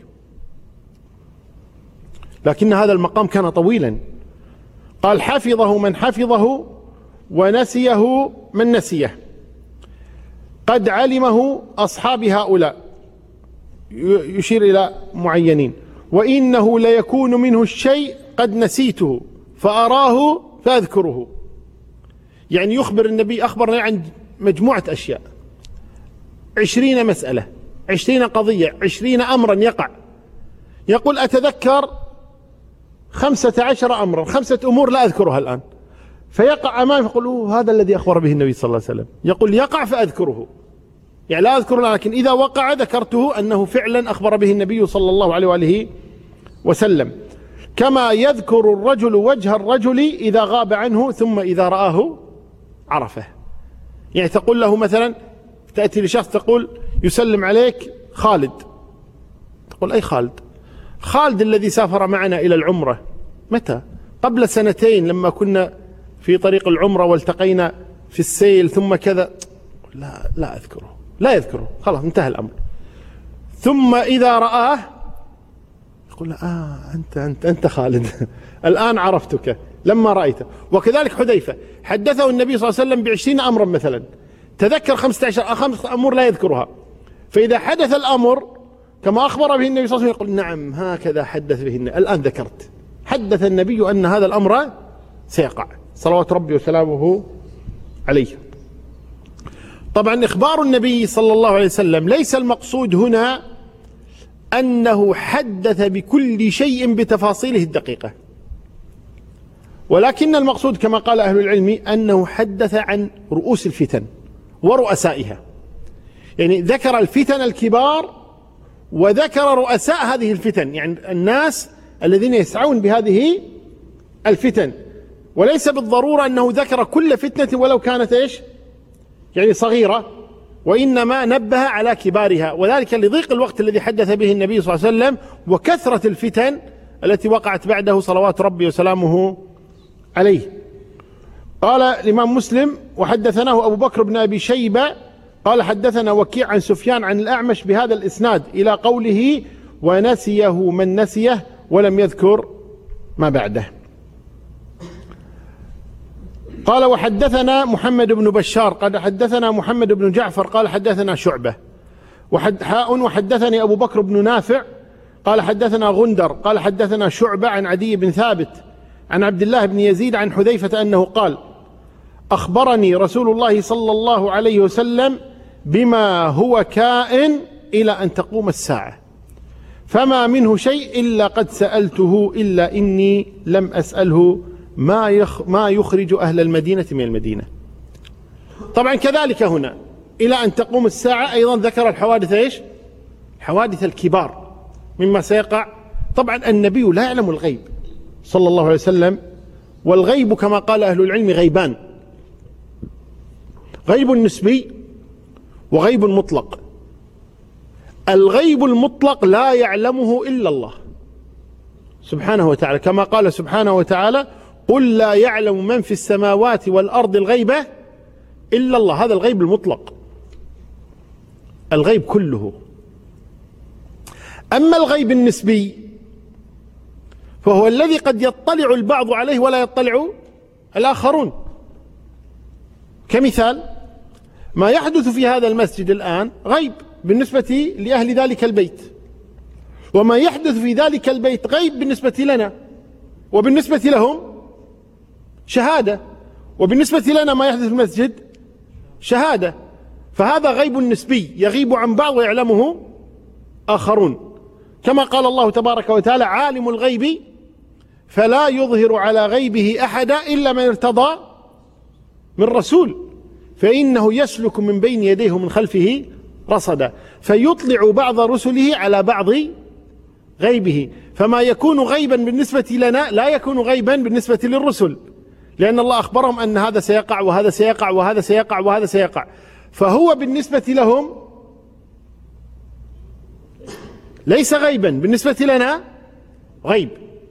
لكن هذا المقام كان طويلا. قال حفظه من حفظه ونسيه من نسيه، قد علمه أصحاب هؤلاء، يشير إلى معينين، وإنه ليكون منه الشيء قد نسيته فأراه فأذكره. يعني يخبر النبي أخبرنا عن مجموعة أشياء، عشرين مسألة، عشرين قضية، عشرين أمرا يقع، يقول أتذكر خمسة عشر أمرا، خمسة أمور لا أذكرها الآن، فيقع أمامي فيقول هذا الذي أخبر به النبي صلى الله عليه وسلم. يقول يقع فأذكره، يعني لا أذكره لكن إذا وقع ذكرته أنه فعلا أخبر به النبي صلى الله عليه وآله وسلم. كما يذكر الرجل وجه الرجل إذا غاب عنه ثم إذا رآه عرفه. يعني تقول له مثلا، تأتي لشخص تقول يسلم عليك خالد، تقول أي خالد؟ خالد الذي سافر معنا إلى العمرة. متى؟ قبل سنتين لما كنا في طريق العمرة والتقينا في السيل ثم كذا. لا لا أذكره، لا يذكره، خلاص انتهى الأمر. ثم إذا رآه يقول آه أنت أنت أنت خالد الآن عرفتك لما رأيته. وكذلك حذيفة حدثه النبي صلى الله عليه وسلم بعشرين أمرا مثلا، تذكر خمسة عشر خمس أمور لا يذكرها، فإذا حدث الأمر كما أخبر به النبي صلى الله عليه وسلم يقول نعم هكذا حدث به النبي، الآن ذكرت، حدث النبي أن هذا الأمر سيقع صلوات ربي وسلامه عليه. طبعا إخبار النبي صلى الله عليه وسلم ليس المقصود هنا أنه حدث بكل شيء بتفاصيله الدقيقة، ولكن المقصود كما قال أهل العلم أنه حدث عن رؤوس الفتن ورؤسائها، يعني ذكر الفتن الكبار وذكر رؤساء هذه الفتن، يعني الناس الذين يسعون بهذه الفتن، وليس بالضرورة أنه ذكر كل فتنة ولو كانت إيش يعني صغيرة، وإنما نبه على كبارها، وذلك لضيق الوقت الذي حدث به النبي صلى الله عليه وسلم وكثرة الفتن التي وقعت بعده صلوات ربي وسلامه عليه. قال الإمام مسلم وحدثناه أبو بكر بن أبي شيبة قال حدثنا وكيع عن سفيان عن الأعمش بهذا الإسناد إلى قوله ونسيه من نسيه ولم يذكر ما بعده. قال وحدثنا محمد بن بشار قال حدثنا محمد بن جعفر قال حدثنا شعبة وحد حاء وحدثني أبو بكر بن نافع قال حدثنا غندر قال حدثنا شعبة عن عدي بن ثابت عن عبد الله بن يزيد عن حذيفة أنه قال أخبرني رسول الله صلى الله عليه وسلم بما هو كائن إلى أن تقوم الساعة، فما منه شيء إلا قد سألته إلا إني لم أسأله ما يخ ما يخرج أهل المدينة من المدينة. طبعا كذلك هنا إلى أن تقوم الساعة أيضا ذكر الحوادث إيش؟ حوادث الكبار مما سيقع. طبعا النبي لا يعلم الغيب صلى الله عليه وسلم، والغيب كما قال أهل العلم غيبان، غيب نسبي وغيب مطلق. الغيب المطلق لا يعلمه إلا الله سبحانه وتعالى، كما قال سبحانه وتعالى قل لا يعلم من في السماوات والأرض الغيبة إلا الله. هذا الغيب المطلق، الغيب كله. أما الغيب النسبي فهو الذي قد يطلع البعض عليه ولا يطلع الآخرون. كمثال ما يحدث في هذا المسجد الآن غيب بالنسبة لأهل ذلك البيت، وما يحدث في ذلك البيت غيب بالنسبة لنا، وبالنسبة لهم شهادة، وبالنسبة لنا ما يحدث في المسجد شهادة. فهذا غيب نسبي يغيب عن بعض ويعلمه آخرون، كما قال الله تبارك وتعالى عالم الغيب فلا يظهر على غيبه أحدا إلا من ارتضى من رسول فإنه يسلك من بين يديه ومن خلفه رصدا، فيطلع بعض رسله على بعض غيبه. فما يكون غيبا بالنسبة لنا لا يكون غيبا بالنسبة للرسل، لأن الله أخبرهم أن هذا سيقع وهذا سيقع وهذا سيقع وهذا سيقع، فهو بالنسبة لهم ليس غيبا، بالنسبة لنا غيب.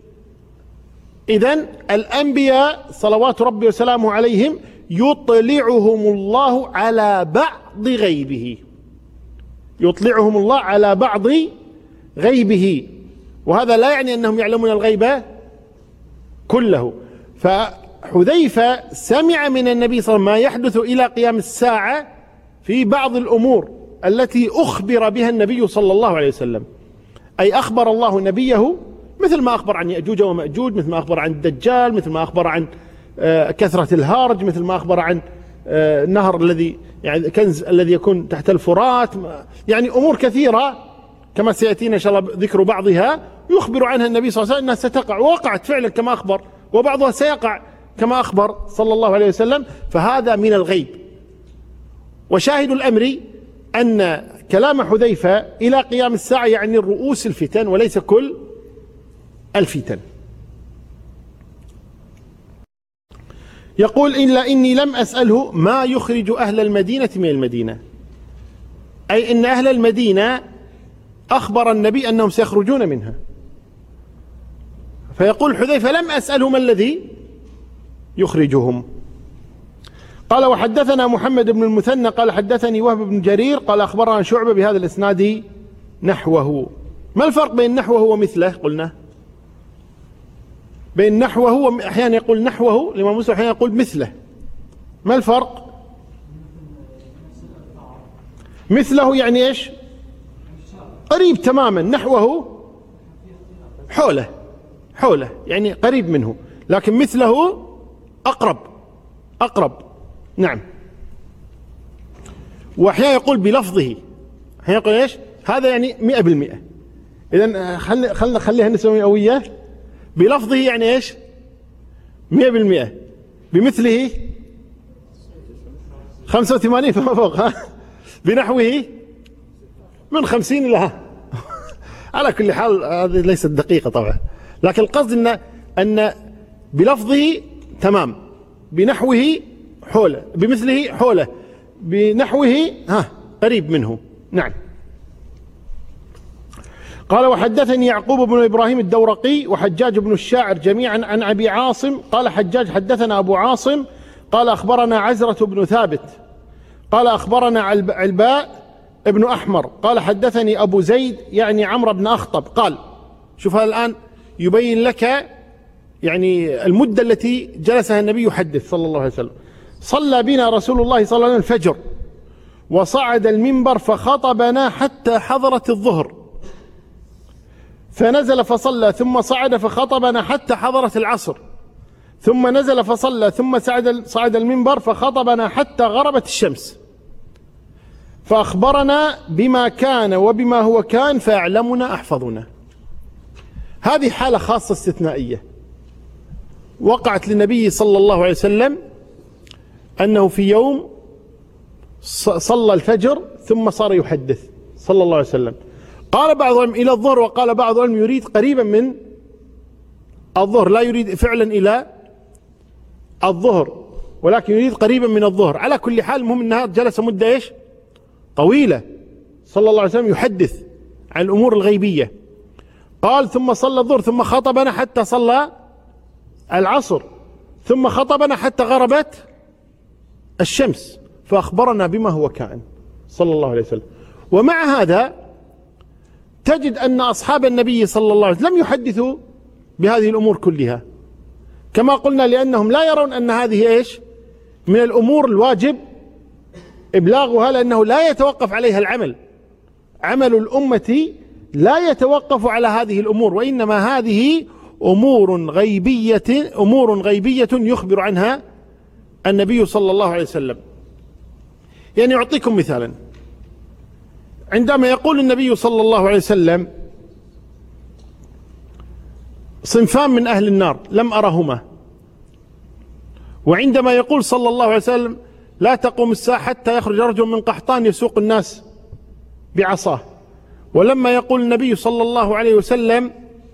إذن الأنبياء صلوات ربي وسلامه عليهم يطلعهم الله على بعض غيبه، يطلعهم الله على بعض غيبه، وهذا لا يعني أنهم يعلمون الغيب كله. فحذيفة سمع من النبي صلى الله عليه وسلم ما يحدث إلى قيام الساعة في بعض الأمور التي أخبر بها النبي صلى الله عليه وسلم، أي أخبر الله نبيه مثل ما أخبر عن يأجوج ومأجوج، مثل ما أخبر عن الدجال، مثل ما أخبر عن كثرة الهارج، مثل ما أخبر عن النهر الذي يعني كنز الذي يكون تحت الفرات، يعني أمور كثيرة كما سيأتينا إن شاء الله ذكر بعضها يخبر عنها النبي صلى الله عليه وسلم أنها ستقع، ووقعت فعلا كما أخبر، وبعضها سيقع كما أخبر صلى الله عليه وسلم. فهذا من الغيب. وشاهد الأمر أن كلام حذيفة إلى قيام الساعة يعني الرؤوس الفتن وليس كل الفتن. يقول إلا إني لم أسأله ما يخرج أهل المدينة من المدينة، أي إن أهل المدينة أخبر النبي أنهم سيخرجون منها. فيقول حذيفة لم أسأله ما الذي يخرجهم. قال وحدثنا محمد بن المثنى قال حدثني وهب بن جرير قال أخبرنا شعبة بهذا الإسناد نحوه. ما الفرق بين نحوه ومثله؟ قلنا بين نحوه، أحيانا يقول نحوه الإمام مسلم، أحيانا يقول مثله. ما الفرق؟ مثله يعني إيش؟ قريب تماما. نحوه حوله، حوله يعني قريب منه، لكن مثله أقرب أقرب. نعم. وأحيانا يقول بلفظه، أحيانا يقول إيش؟ هذا يعني مئة بالمئة. إذن خلنا خلنا خليها نسبة مئوية. بلفظه يعني إيش؟ مئة بالمئة. بمثله خمسة وثمانين فما فوق. ها بنحوه من خمسين إلى على كل حال هذه ليست دقيقة طبعا، لكن القصد أن أن بلفظه تمام، بنحوه حوله، بمثله حوله، بنحوه ها قريب منه. نعم. قال وحدثني يعقوب بن إبراهيم الدورقي وحجاج بن الشاعر جميعا عن أبي عاصم قال حجاج حدثنا أبو عاصم قال أخبرنا عزرة بن ثابت قال أخبرنا علباء ابن أحمر قال حدثني أبو زيد يعني عمرو بن أخطب قال. شوف هذا الآن يبين لك يعني المدة التي جلسها النبي يحدث صلى الله عليه وسلم. صلى بنا رسول الله صلى الله عليه وسلم الفجر وصعد المنبر فخطبنا حتى حضرت الظهر، فنزل فصلى ثم صعد فخطبنا حتى حضرت العصر، ثم نزل فصلى ثم صعد صعد المنبر فخطبنا حتى غربت الشمس، فأخبرنا بما كان وبما هو كان فأعلمنا أحفظنا. هذه حالة خاصة استثنائية وقعت للنبي صلى الله عليه وسلم، أنه في يوم صلى الفجر ثم صار يحدث صلى الله عليه وسلم. قال بعضهم إلى الظهر وقال بعضهم يريد قريبا من الظهر، لا يريد فعلا إلى الظهر ولكن يريد قريبا من الظهر. على كل حال المهم أنها جلس مدة إيش طويلة صلى الله عليه وسلم يحدث عن الأمور الغيبية. قال ثم صلى الظهر ثم خطبنا حتى صلى العصر ثم خطبنا حتى غربت الشمس، فأخبرنا بما هو كائن صلى الله عليه وسلم. ومع هذا تجد أن أصحاب النبي صلى الله عليه وسلم لم يحدثوا بهذه الأمور كلها كما قلنا، لأنهم لا يرون أن هذه إيش من الأمور الواجب إبلاغها، لأنه لا يتوقف عليها العمل. عمل الأمة لا يتوقف على هذه الأمور، وإنما هذه أمور غيبية أمور غيبية يخبر عنها النبي صلى الله عليه وسلم. يعني أعطيكم مثالا، عندما يقول النبي صلى الله عليه وسلم صنفان من أهل النار لم أرهما، وعندما يقول صلى الله عليه وسلم لا تقوم الساعة حتى يخرج رجل من قحطان يسوق الناس بعصاه، ولما يقول النبي صلى الله عليه وسلم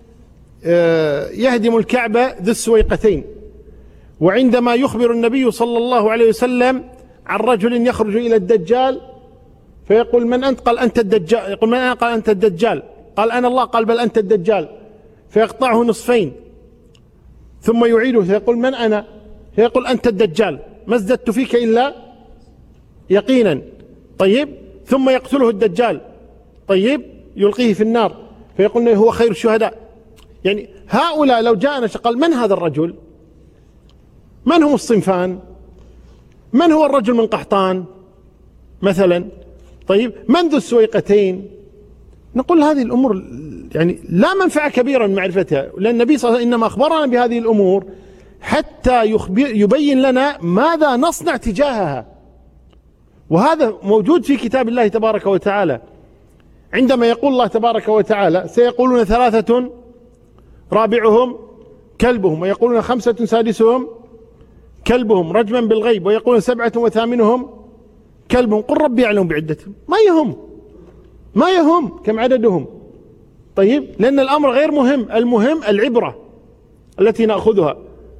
يهدم الكعبة ذو السويقتين، وعندما يخبر النبي صلى الله عليه وسلم عن رجل يخرج إلى الدجال فيقول من أنت؟ قال أنت الدجال. يقول من أنا؟ قال أنت الدجال. قال أنا الله. قال بل أنت الدجال. فيقطعه نصفين ثم يعيده فيقول من أنا؟ فيقول أنت الدجال، ما ازددت فيك إلا يقينا. طيب ثم يقتله الدجال، طيب يلقيه في النار فيقول هو خير الشهداء. يعني هؤلاء لو جاءنا قال من هذا الرجل؟ من هم الصنفان؟ من هو الرجل من قحطان مثلا؟ طيب من ذو السويقتين؟ نقول هذه الأمور يعني لا منفعة كبيرة من معرفتها، لأن النبي صلى الله عليه وسلم إنما أخبرنا بهذه الأمور حتى يخبر يبين لنا ماذا نصنع تجاهها، وهذا موجود في كتاب الله تبارك وتعالى. عندما يقول الله تبارك وتعالى سيقولون ثلاثة رابعهم كلبهم، ويقولون خمسة سادسهم كلبهم رجما بالغيب، ويقولون سبعة وثامنهم كلبهم، قل ربي يعلم بعدتهم، ما يهم ما يهم كم عددهم. طيب، لأن الأمر غير مهم، المهم العبرة التي نأخذها.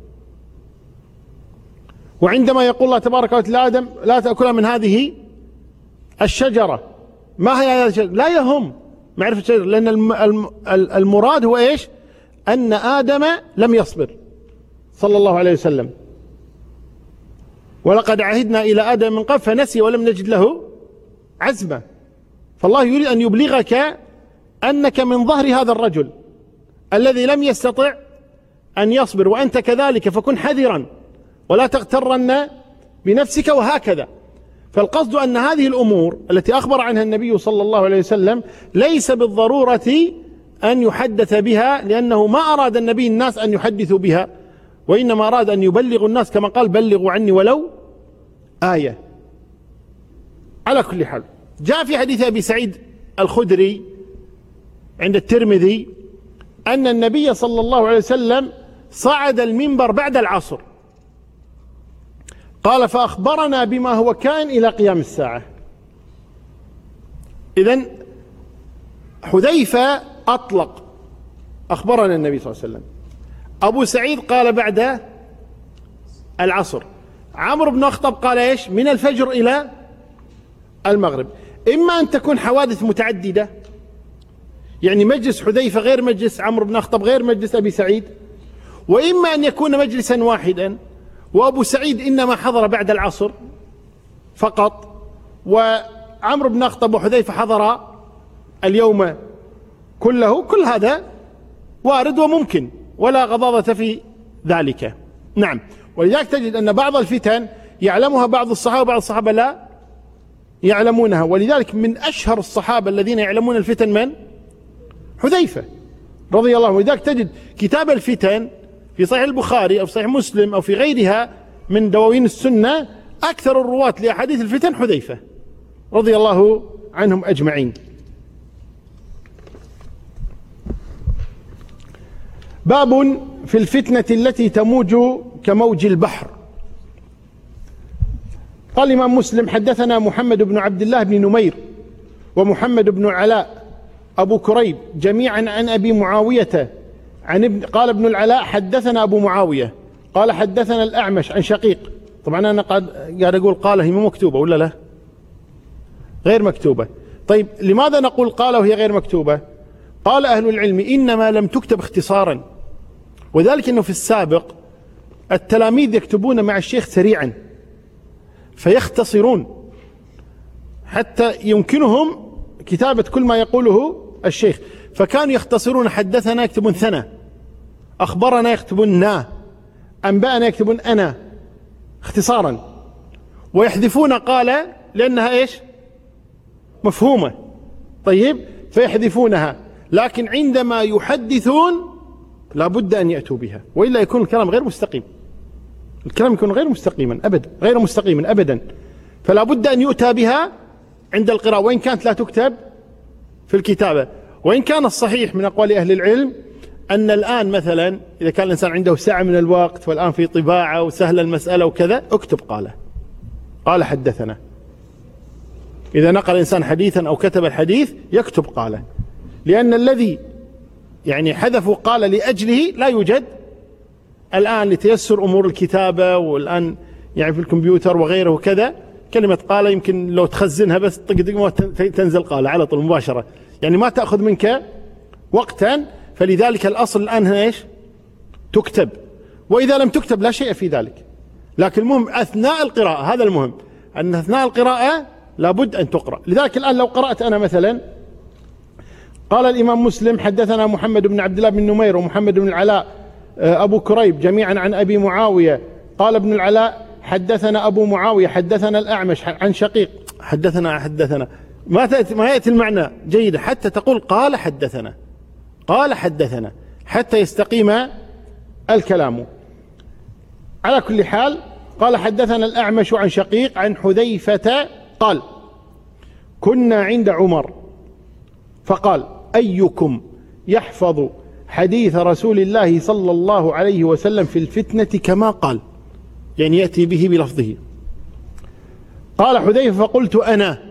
وعندما يقول الله تبارك وتعالى لآدم لا تأكل من هذه الشجرة، ما هي هذه الشجرة؟ لا يهم معرفة الشجرة، لأن المراد هو إيش؟ أن آدم لم يصبر صلى الله عليه وسلم، ولقد عهدنا إلى آدم من قبل فنسي ولم نجد له عزما. فالله يريد أن يبلغك أنك من ظهر هذا الرجل الذي لم يستطع أن يصبر، وأنت كذلك، فكن حذرا ولا تغترن بنفسك، وهكذا. فالقصد أن هذه الأمور التي أخبر عنها النبي صلى الله عليه وسلم ليس بالضرورة أن يحدث بها، لأنه ما أراد النبي الناس أن يحدثوا بها، وإنما أراد أن يبلغوا الناس كما قال بلغوا عني ولو آية. على كل حال، جاء في حديث أبي سعيد الخدري عند الترمذي أن النبي صلى الله عليه وسلم صعد المنبر بعد العصر، قال فأخبرنا بما هو كائن إلى قيام الساعة. إذن حذيفة أطلق أخبرنا النبي صلى الله عليه وسلم، أبو سعيد قال بعد العصر، عمرو بن الخطاب قال إيش؟ من الفجر إلى المغرب. إما أن تكون حوادث متعددة، يعني مجلس حذيفة غير مجلس عمرو بن الخطاب غير مجلس أبي سعيد، وإما أن يكون مجلسا واحدا وأبو سعيد إنما حضر بعد العصر فقط، وعمرو بن الخطاب وحذيفة حضر اليوم كله. كل هذا وارد وممكن ولا غضاضة في ذلك. نعم، ولذلك تجد أن بعض الفتن يعلمها بعض الصحابة وبعض الصحابة لا يعلمونها، ولذلك من أشهر الصحابة الذين يعلمون الفتن من؟ حذيفة رضي الله عنه. ولذلك تجد كتاب الفتن في صحيح البخاري أو صحيح مسلم أو في غيرها من دواوين السنة، أكثر الرواة لأحاديث الفتن حذيفة رضي الله عنهم أجمعين. باب في الفتنة التي تموج كموج البحر. قال الإمام مسلم حدثنا محمد بن عبد الله بن نمير ومحمد بن العلاء أبو كريب جميعا عن أبي معاوية عن ابن قال ابن العلاء حدثنا أبو معاوية قال حدثنا الأعمش عن شقيق. طبعا أنا قاعد قاعد أقول قال، هي مو مكتوبة ولا لا؟ غير مكتوبة. طيب لماذا نقول قال وهي غير مكتوبة؟ قال أهل العلم إنما لم تكتب اختصارا، وذلك أنه في السابق التلاميذ يكتبون مع الشيخ سريعا فيختصرون حتى يمكنهم كتابة كل ما يقوله الشيخ، فكانوا يختصرون حدثنا يكتبون ثنا، أخبرنا يكتبون نا، أنبأنا يكتبون أنا اختصارا، ويحذفون قال لأنها إيش؟ مفهومة. طيب، فيحذفونها، لكن عندما يحدثون لابد أن يأتوا بها، وإلا يكون الكلام غير مستقيم، الكلام يكون غير مستقيما أبدا، غير مستقيما أبدا. فلا بد أن يؤتى بها عند القراءة، وإن كانت لا تكتب في الكتابة. وإن كان الصحيح من أقوال أهل العلم أن الآن مثلا إذا كان الإنسان عنده ساعة من الوقت والآن في طباعة وسهل المسألة وكذا، اكتب قال قال حدثنا. إذا نقل الإنسان حديثا أو كتب الحديث يكتب قال، لأن الذي يعني حذفوا قال لأجله لا يوجد الآن لتيسر أمور الكتابة، والآن يعني في الكمبيوتر وغيره وكذا كلمة قال يمكن لو تخزنها بس طق طق تنزل قال على طول مباشرة، يعني ما تأخذ منك وقتا. فلذلك الأصل الآن هنا إيش؟ تكتب، وإذا لم تكتب لا شيء في ذلك. لكن المهم أثناء القراءة، هذا المهم، أن أثناء القراءة لابد أن تقرأ. لذلك الآن لو قرأت أنا مثلا قال الإمام مسلم حدثنا محمد بن عبد الله بن نمير ومحمد بن العلاء أبو كريب جميعا عن أبي معاوية قال ابن العلاء حدثنا أبو معاوية حدثنا الأعمش عن شقيق، حدثنا حدثنا ما تأتي ما يأتي المعنى جيدا، حتى تقول قال حدثنا قال حدثنا حتى يستقيم الكلام. على كل حال قال حدثنا الأعمش عن شقيق عن حذيفة قال كنا عند عمر فقال: أيكم يحفظ حديث رسول الله صلى الله عليه وسلم في الفتنة كما قال، يعني يأتي به بلفظه. قال حذيفة: فقلت أنا.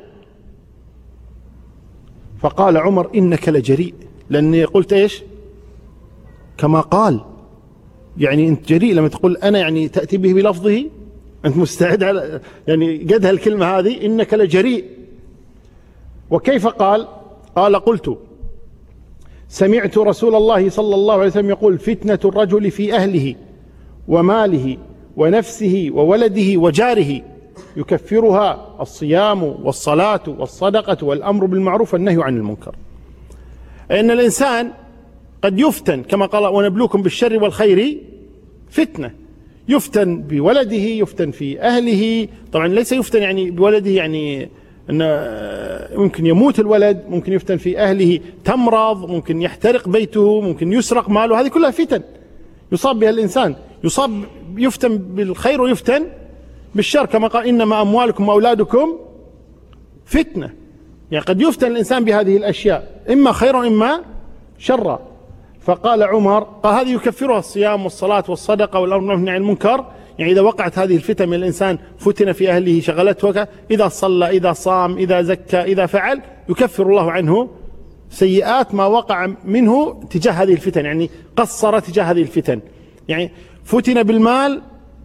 فقال عمر: إنك لجريء، لأني قلت إيش؟ كما قال، يعني أنت جريء لما تقول أنا، يعني تأتي به بلفظه، أنت مستعد على يعني قد هالكلمة هذه، إنك لجريء. وكيف قال؟ قال: قلت سمعت رسول الله صلى الله عليه وسلم يقول: فتنة الرجل في أهله وماله ونفسه وولده وجاره يكفرها الصيام والصلاة والصدقة والأمر بالمعروف والنهي عن المنكر. إن الإنسان قد يفتن كما قال: ونبلوكم بالشر والخير فتنة. يفتن بولده، يفتن في أهله. طبعا ليس يفتن يعني بولده يعني أن ممكن يموت الولد، ممكن يفتن في أهله، تمرض، ممكن يحترق بيته، ممكن يسرق ماله، هذه كلها فتن يصاب بها الإنسان. يصاب يفتن بالخير ويفتن بالشر، كما قال: إنما أموالكم وأولادكم فتنة. يعني قد يفتن الإنسان بهذه الأشياء، إما خيرا إما شرا. فقال عمر: قال: هذه يكفرها الصيام والصلاة والصدقة والأمر بالمعروف عن المنكر. يعني إذا وقعت هذه الفتن من الإنسان، فتن في أهله، شغلته، إذا صلى، إذا صام، إذا زكى، إذا فعل، يكفر الله عنه سيئات ما وقع منه تجاه هذه الفتن، يعني قصر تجاه هذه الفتن. يعني فتن بالمال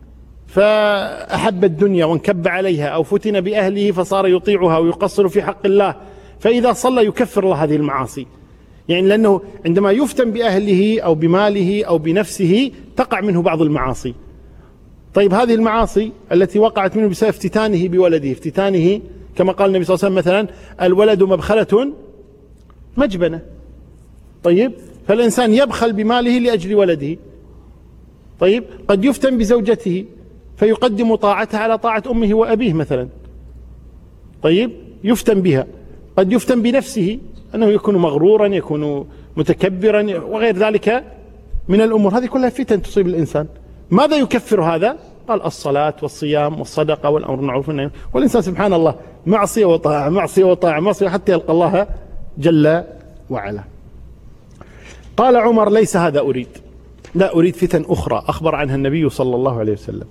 فأحب الدنيا وانكب عليها، أو فتن بأهله فصار يطيعها ويقصر في حق الله، فإذا صلى يكفر الله هذه المعاصي. يعني لأنه عندما يفتن بأهله أو بماله أو بنفسه تقع منه بعض المعاصي. طيب هذه المعاصي التي وقعت منه بسبب افتتانه بولده، افتتانه كما قال النبي صلى الله عليه وسلم مثلا: الولد مبخلة مجبنة. طيب فالإنسان يبخل بماله لأجل ولده. طيب قد يفتن بزوجته فيقدم طاعتها على طاعة أمه وأبيه مثلا. طيب يفتن بها. قد يفتن بنفسه، أنه يكون مغرورا، يكون متكبرا وغير ذلك من الأمور. هذه كلها فتن تصيب الإنسان. ماذا يكفر هذا؟ قال: الصلاة والصيام والصدقة والأمر بالمعروف والنهي. والإنسان سبحان الله معصية وطاعة، معصية وطاعة، معصية حتى يلقى الله جل وعلا. قال عمر: ليس هذا أريد، لا أريد فتن أخرى أخبر عنها النبي صلى الله عليه وسلم.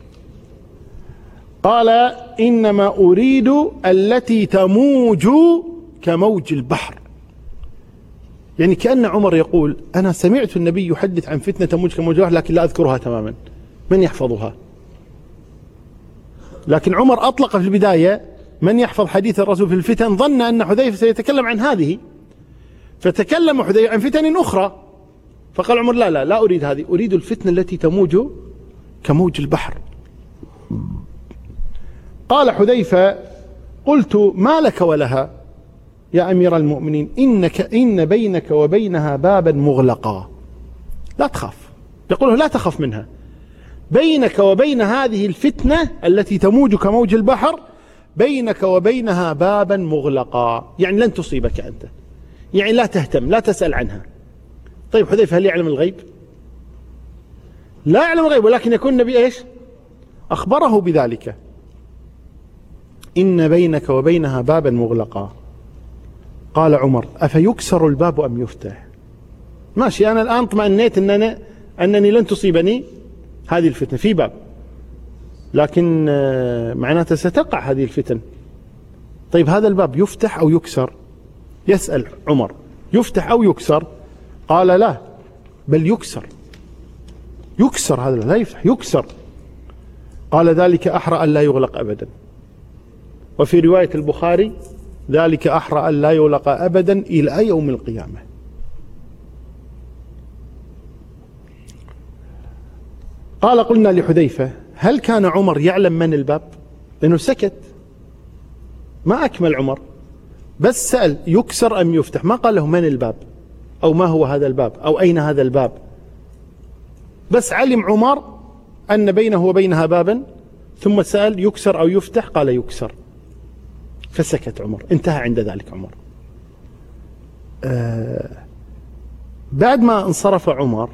قال: إنما أريد التي تموج كموج البحر. يعني كأن عمر يقول: أنا سمعت النبي يحدث عن فتنة تموج كموج البحر، لكن لا أذكرها تماما، من يحفظها؟ لكن عمر أطلق في البداية من يحفظ حديث الرسول في الفتن، ظن أن حذيفة سيتكلم عن هذه، فتكلم حذيفة عن فتن أخرى. فقال عمر: لا لا لا أريد هذه، أريد الفتنة التي تموج كموج البحر. قال حذيفة: قلت: ما لك ولها يا أمير المؤمنين؟ إنك إن بينك وبينها بابا مغلقا، لا تخاف. يقول: لا تخف منها، بينك وبين هذه الفتنة التي تموج كموج البحر، بينك وبينها بابا مغلقا، يعني لن تصيبك أنت، يعني لا تهتم، لا تسأل عنها. طيب حذيفة هل يعلم الغيب؟ لا يعلم الغيب، ولكن يكون النبي إيش؟ أخبره بذلك. إن بينك وبينها بابا مغلقا. قال عمر: أفيكسر الباب أم يفتح؟ ماشي، أنا الآن اطمأنيت أنني, أنني لن تصيبني هذه الفتنة في باب، لكن معناته ستقع هذه الفتن. طيب هذا الباب يفتح أو يكسر؟ يسأل عمر: يفتح أو يكسر؟ قال: لا، بل يكسر. يكسر، هذا لا يفتح، يكسر. قال: ذلك أحرى أن لا يغلق أبدا. وفي رواية البخاري: ذلك أحرى أن لا يغلق أبدا إلى يوم القيامة. قال: قلنا لحذيفة: هل كان عمر يعلم من الباب؟ لأنه سكت، ما أكمل عمر، بس سأل: يكسر أم يفتح؟ ما قال له من الباب أو ما هو هذا الباب أو أين هذا الباب. بس علم عمر أن بينه وبينها بابا، ثم سأل: يكسر أو يفتح؟ قال: يكسر. فسكت عمر، انتهى عند ذلك عمر. آه بعد ما انصرف عمر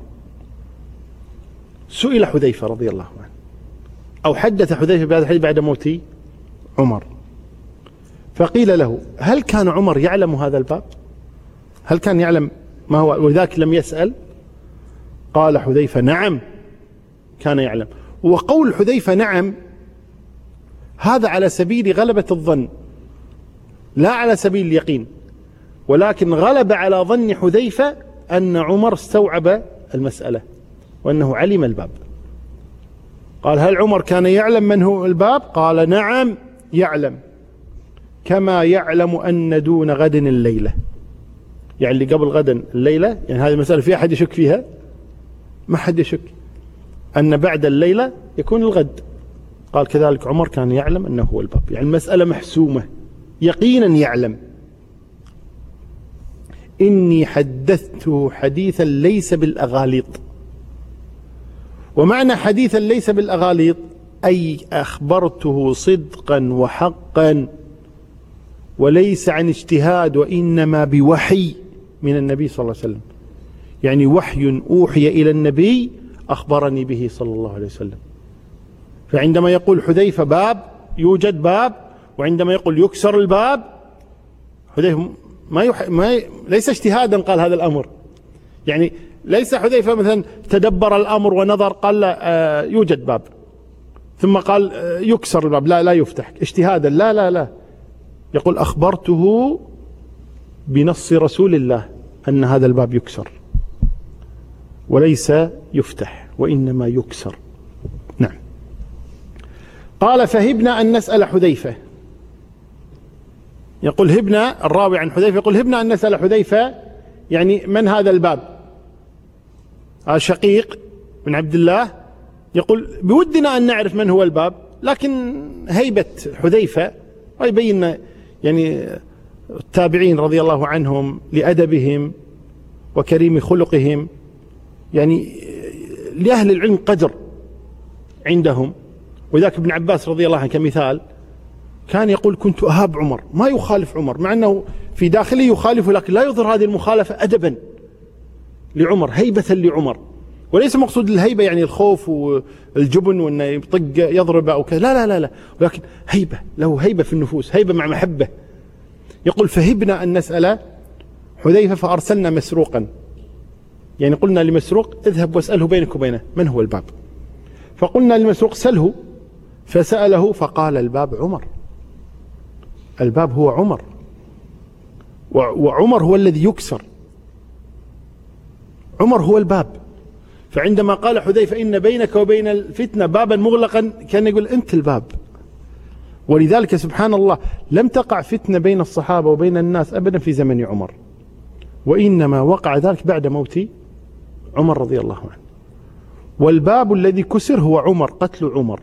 سئل حذيفة رضي الله عنه، أو حدث حذيفة بهذا الحديث بعد موت عمر، فقيل له: هل كان عمر يعلم هذا الباب؟ هل كان يعلم ما هو؟ وذاك لم يسأل. قال حذيفة نعم كان يعلم. وقول حذيفة نعم هذا على سبيل غلبة الظن لا على سبيل اليقين، ولكن غلب على ظن حذيفة أن عمر استوعب المسألة وأنه علم الباب. قال هل عمر كان يعلم من هو الباب؟ قال نعم يعلم، كما يعلم أن دون غد الليلة، يعني اللي قبل غدا الليلة، يعني هذه المسألة في أحد يشك فيها؟ ما حد يشك أن بعد الليلة يكون الغد. قال كذلك عمر كان يعلم أنه هو الباب، يعني المسألة محسومة يقينا يعلم. إني حدثته حديثا ليس بالأغاليط. ومعنى حديثا ليس بالأغاليط أي أخبرته صدقا وحقا وليس عن اجتهاد، وإنما بوحي من النبي صلى الله عليه وسلم، يعني وحي أوحي إلى النبي أخبرني به صلى الله عليه وسلم. فعندما يقول حذيفة باب يوجد باب، وعندما يقول يكسر الباب، حذيفة ما, يح... ما ي... ليس اجتهادا قال هذا الأمر، يعني ليس حذيفة مثلا تدبر الأمر ونظر قال آه يوجد باب ثم قال آه يكسر الباب، لا لا يفتح اجتهادا، لا لا لا، يقول أخبرته بنص رسول الله أن هذا الباب يكسر وليس يفتح وإنما يكسر. نعم. قال فهبنا أن نسأل حذيفة، يقول هبنا الراوي عن حذيفة يقول هبنا أن نسأل حذيفة، يعني من هذا الباب؟ شقيق من عبد الله يقول بودنا أن نعرف من هو الباب، لكن هيبة حذيفة ويبين يعني التابعين رضي الله عنهم لأدبهم وكريم خلقهم، يعني لأهل العلم قدر عندهم. وذاك ابن عباس رضي الله عنه كمثال كان يقول كنت أهاب عمر، ما يخالف عمر مع أنه في داخله يخالف، لكن لا يظهر هذه المخالفة أدبا لعمر، هيبة لعمر. وليس مقصود الهيبة يعني الخوف والجبن وأنه يطق يضرب أو كذا، لا لا لا لا، ولكن هيبة، له هيبة في النفوس، هيبة مع محبة. يقول فهبنا أن نسأل حذيفة فأرسلنا مسروقا، يعني قلنا لمسروق اذهب واسأله بينك وبينه من هو الباب، فقلنا لمسروق سله، فسأله فقال الباب عمر، الباب هو عمر، وعمر هو الذي يكسر، عمر هو الباب. فعندما قال حذيفة إن بينك وبين الفتنة بابا مغلقا كان يقول أنت الباب. ولذلك سبحان الله لم تقع فتنة بين الصحابة وبين الناس أبدا في زمن عمر، وإنما وقع ذلك بعد موت عمر رضي الله عنه. والباب الذي كسر هو عمر، قتل عمر.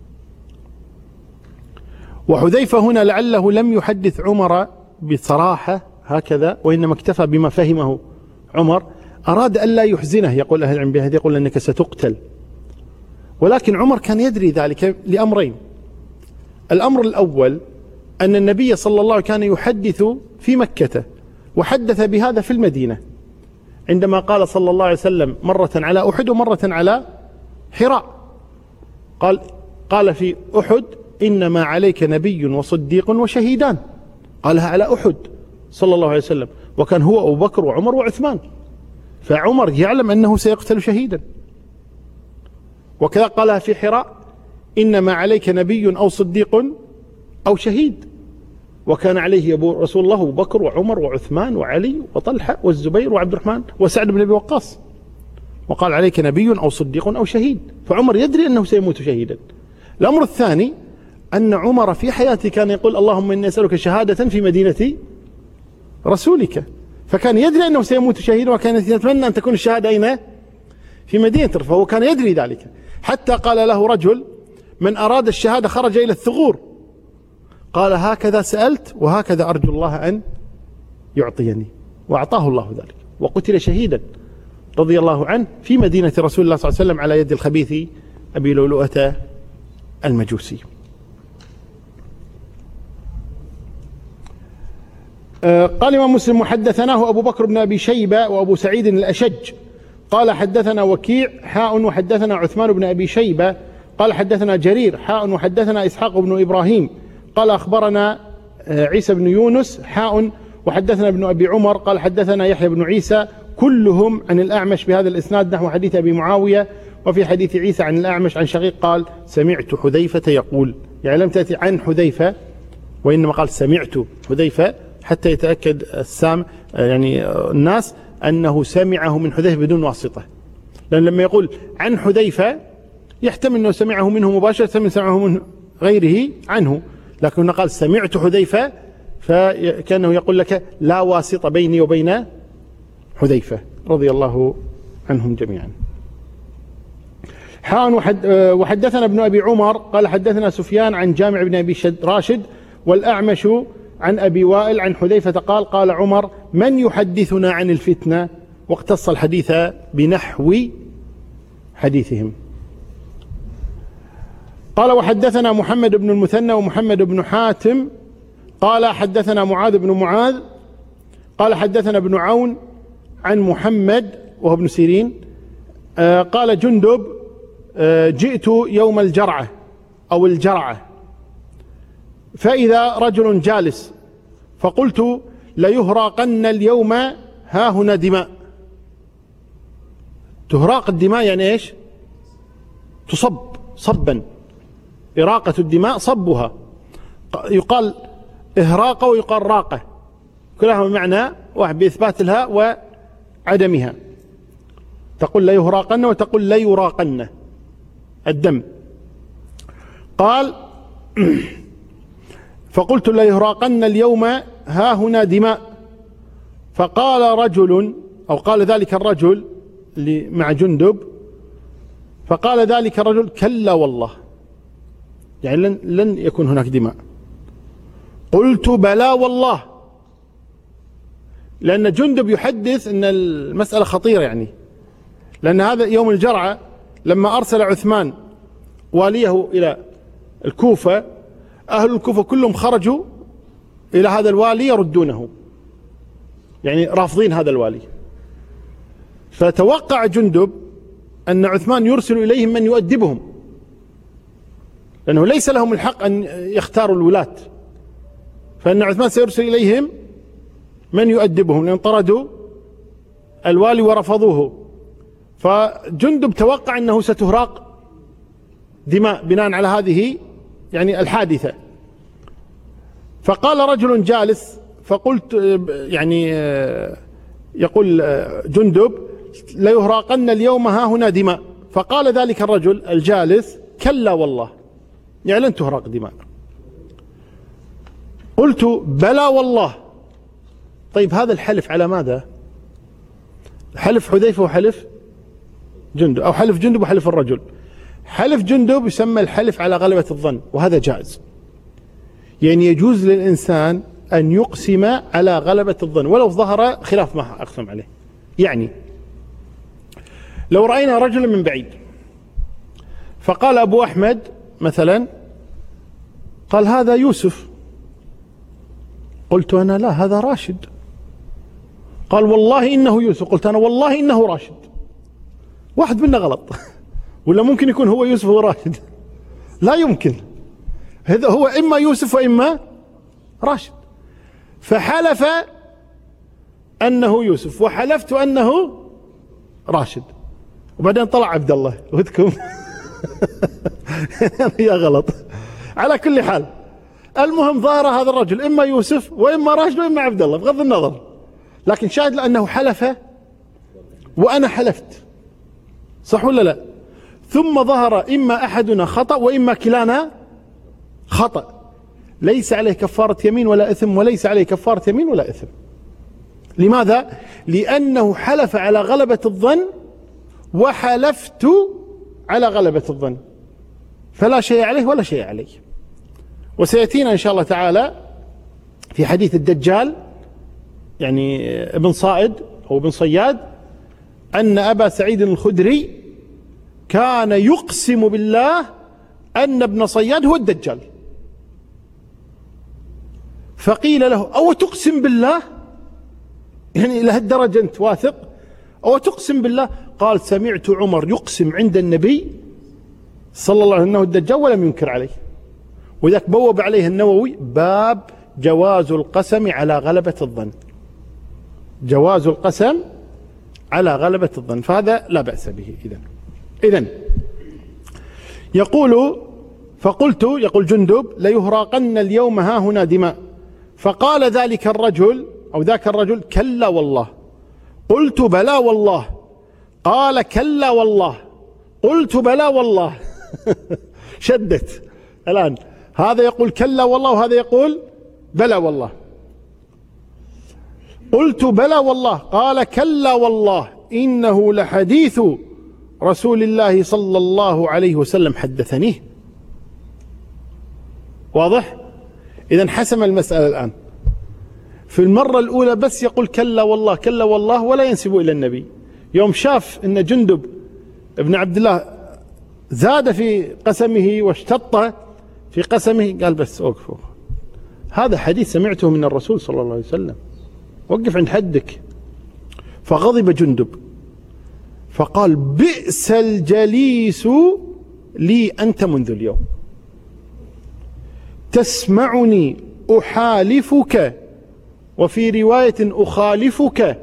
وحذيفة هنا لعله لم يحدث عمر بصراحة هكذا، وإنما اكتفى بما فهمه عمر، أراد أن لا يحزنه. يقول أهل العلم بهذا، يقول أنك ستقتل، ولكن عمر كان يدري ذلك لأمرين. الأمر الأول أن النبي صلى الله عليه وسلم كان يحدث في مكة، وحدث بهذا في المدينة عندما قال صلى الله عليه وسلم مرة على أحد ومرة على حراء، قال قال في أحد إنما عليك نبي وصديق وشهيدان، قالها على أحد صلى الله عليه وسلم، وكان هو أبو بكر وعمر وعثمان، فعمر يعلم أنه سيقتل شهيدا. وكذا قالها في حراء إنما عليك نبي أو صديق أو شهيد، وكان عليه أبو رسول الله أبو بكر وعمر وعثمان وعلي وطلحة والزبير وعبد الرحمن وسعد بن أبي وقاص، وقال عليك نبي أو صديق أو شهيد، فعمر يدري أنه سيموت شهيدا. الأمر الثاني أن عمر في حياته كان يقول اللهم إني أسألك شهادة في مدينة رسولك، فكان يدري أنه سيموت شهيدا، وكان يتمنى أن تكون الشهادة أين؟ في مدينة، فهو كان يدري ذلك. حتى قال له رجل من أراد الشهادة خرج إلى الثغور، قال هكذا سألت وهكذا أرجو الله أن يعطيني، وأعطاه الله ذلك، وقتل شهيدا رضي الله عنه في مدينة رسول الله صلى الله عليه وسلم على يد الخبيث أبي لؤلؤة المجوسي. قال إمام مسلم وحدثناه أبو بكر بن أبي شيبة وأبو سعيد الأشج قال حدثنا وكيع حاء وحدثنا عثمان بن أبي شيبة قال حدثنا جرير حاء وحدثنا إسحاق بن إبراهيم قال أخبرنا عيسى بن يونس حاء وحدثنا ابن أبي عمر قال حدثنا يحيى بن عيسى كلهم عن الأعمش بهذا الإسناد نحو حديث أبي معاوية. وفي حديث عيسى عن الأعمش عن شقيق قال سمعت حذيفة يقول، يعني لم تأتي عن حذيفة وإنما قال سمعت حذيفة حتى يتأكد السامع يعني الناس أنه سمعه من حذيفة بدون واسطة، لأن لما يقول عن حذيفة يحتمل أنه سمعه منه مباشرة، سمعه من غيره عنه، لكنه قال سمعت حذيفة فكأنه يقول لك لا واسطة بيني وبين حذيفة رضي الله عنهم جميعا. حان وحدثنا ابن أبي عمر قال حدثنا سفيان عن جامع بن أبي راشد والأعمش عن أبي وائل عن حذيفة قال قال عمر من يحدثنا عن الفتنة، واقتص الحديث بنحو حديثهم. قال وحدثنا محمد بن المثنى ومحمد بن حاتم قال حدثنا معاذ بن معاذ قال حدثنا ابن عون عن محمد وهو ابن سيرين قال جندب جئت يوم الجرعة أو الجرعة فإذا رجل جالس فقلت ليهراقن اليوم ها هنا دماء. تهراق الدماء يعني إيش؟ تصب صبا، إراقة الدماء صبها، يقال إهراقة ويقال راقة، كلها بمعنى واحد بإثبات الهاء وعدمها. تقول لا يهراقن وتقول لا يراقن الدم. قال فقلت لا يهراقن اليوم ها هنا دماء. فقال رجل أو قال ذلك الرجل مع جندب، فقال ذلك الرجل كلا والله، يعني لن, لن يكون هناك دماء. قلت بلى والله، لأن جندب يحدث أن المسألة خطيرة، يعني لأن هذا يوم الجرعة لما أرسل عثمان واليه إلى الكوفة أهل الكوفة كلهم خرجوا إلى هذا الوالي يردونه، يعني رافضين هذا الوالي. فتوقع جندب أن عثمان يرسل إليهم من يؤدبهم، لأنه ليس لهم الحق أن يختاروا الولاة، فإن عثمان سيرسل إليهم من يؤدبهم لأن طردوا الوالي ورفضوه. فجندب توقع أنه ستهراق دماء بناء على هذه يعني الحادثة. فقال رجل جالس، فقلت يعني يقول جندب لا يهراقن اليوم ها هنا دماء. فقال ذلك الرجل الجالس كلا والله، يعني لن تهراق دماء. قلت بلى والله. طيب هذا الحلف على ماذا؟ حلف حذيفة وحلف جندب، أو حلف جندب وحلف الرجل. حلف جندب يسمى الحلف على غلبة الظن، وهذا جائز، يعني يجوز للإنسان أن يقسم على غلبة الظن ولو ظهر خلاف ما أقسم عليه. يعني لو رأينا رجلا من بعيد فقال أبو أحمد مثلا قال هذا يوسف، قلت أنا لا هذا راشد، قال والله إنه يوسف، قلت أنا والله إنه راشد. واحد منا غلط ولا ممكن يكون هو يوسف وراشد؟ لا يمكن، هذا هو إما يوسف وإما راشد. فحلف أنه يوسف وحلفت أنه راشد، وبعدين طلع عبد الله ودكم يا غلط. على كل حال المهم ظاهر هذا الرجل إما يوسف وإما راشد وإما عبد الله بغض النظر، لكن شاهد لأنه حلف وأنا حلفت، صح ولا لا؟ ثم ظهر إما أحدنا خطأ وإما كلانا خطأ، ليس عليه كفارة يمين ولا إثم، وليس عليه كفارة يمين ولا إثم. لماذا؟ لأنه حلف على غلبة الظن وحلفت على غلبة الظن، فلا شيء عليه ولا شيء عليه. وسيأتينا إن شاء الله تعالى في حديث الدجال يعني ابن صائد أو ابن صياد أن أبا سعيد الخدري كان يقسم بالله أن ابن صياد هو الدجال، فقيل له أو تقسم بالله، يعني إلى هالدرجة أنت واثق؟ أو تقسم بالله؟ قال سمعت عمر يقسم عند النبي صلى الله عليه وسلم أنه الدجال ولم ينكر عليه. وذاك بوب عليه النووي باب جواز القسم على غلبة الظن، جواز القسم على غلبة الظن، فهذا لا بأس به. إذن إذن يقول فقلت، يقول جندب: ليهراقن اليوم ها هنا دماء. فقال ذلك الرجل أو ذاك الرجل: كلا والله. قلت: بلى والله. قال: كلا والله. قلت: بلى والله. شدت الآن، هذا يقول كلا والله وهذا يقول بلى والله. قلت: بلى والله. قال: كلا والله، إنه لحديث رسول الله صلى الله عليه وسلم حدثنيه. واضح؟ إذن حسم المسألة الآن. في المرة الأولى بس يقول كلا والله كلا والله ولا ينسب إلى النبي. يوم شاف أن جندب ابن عبد الله زاد في قسمه واشتط في قسمه قال: بس أوقفوا، هذا حديث سمعته من الرسول صلى الله عليه وسلم، وقف عند حدك. فغضب جندب فقال: بئس الجليس لي أنت منذ اليوم، تسمعني أحالفك، وفي رواية أخالفك.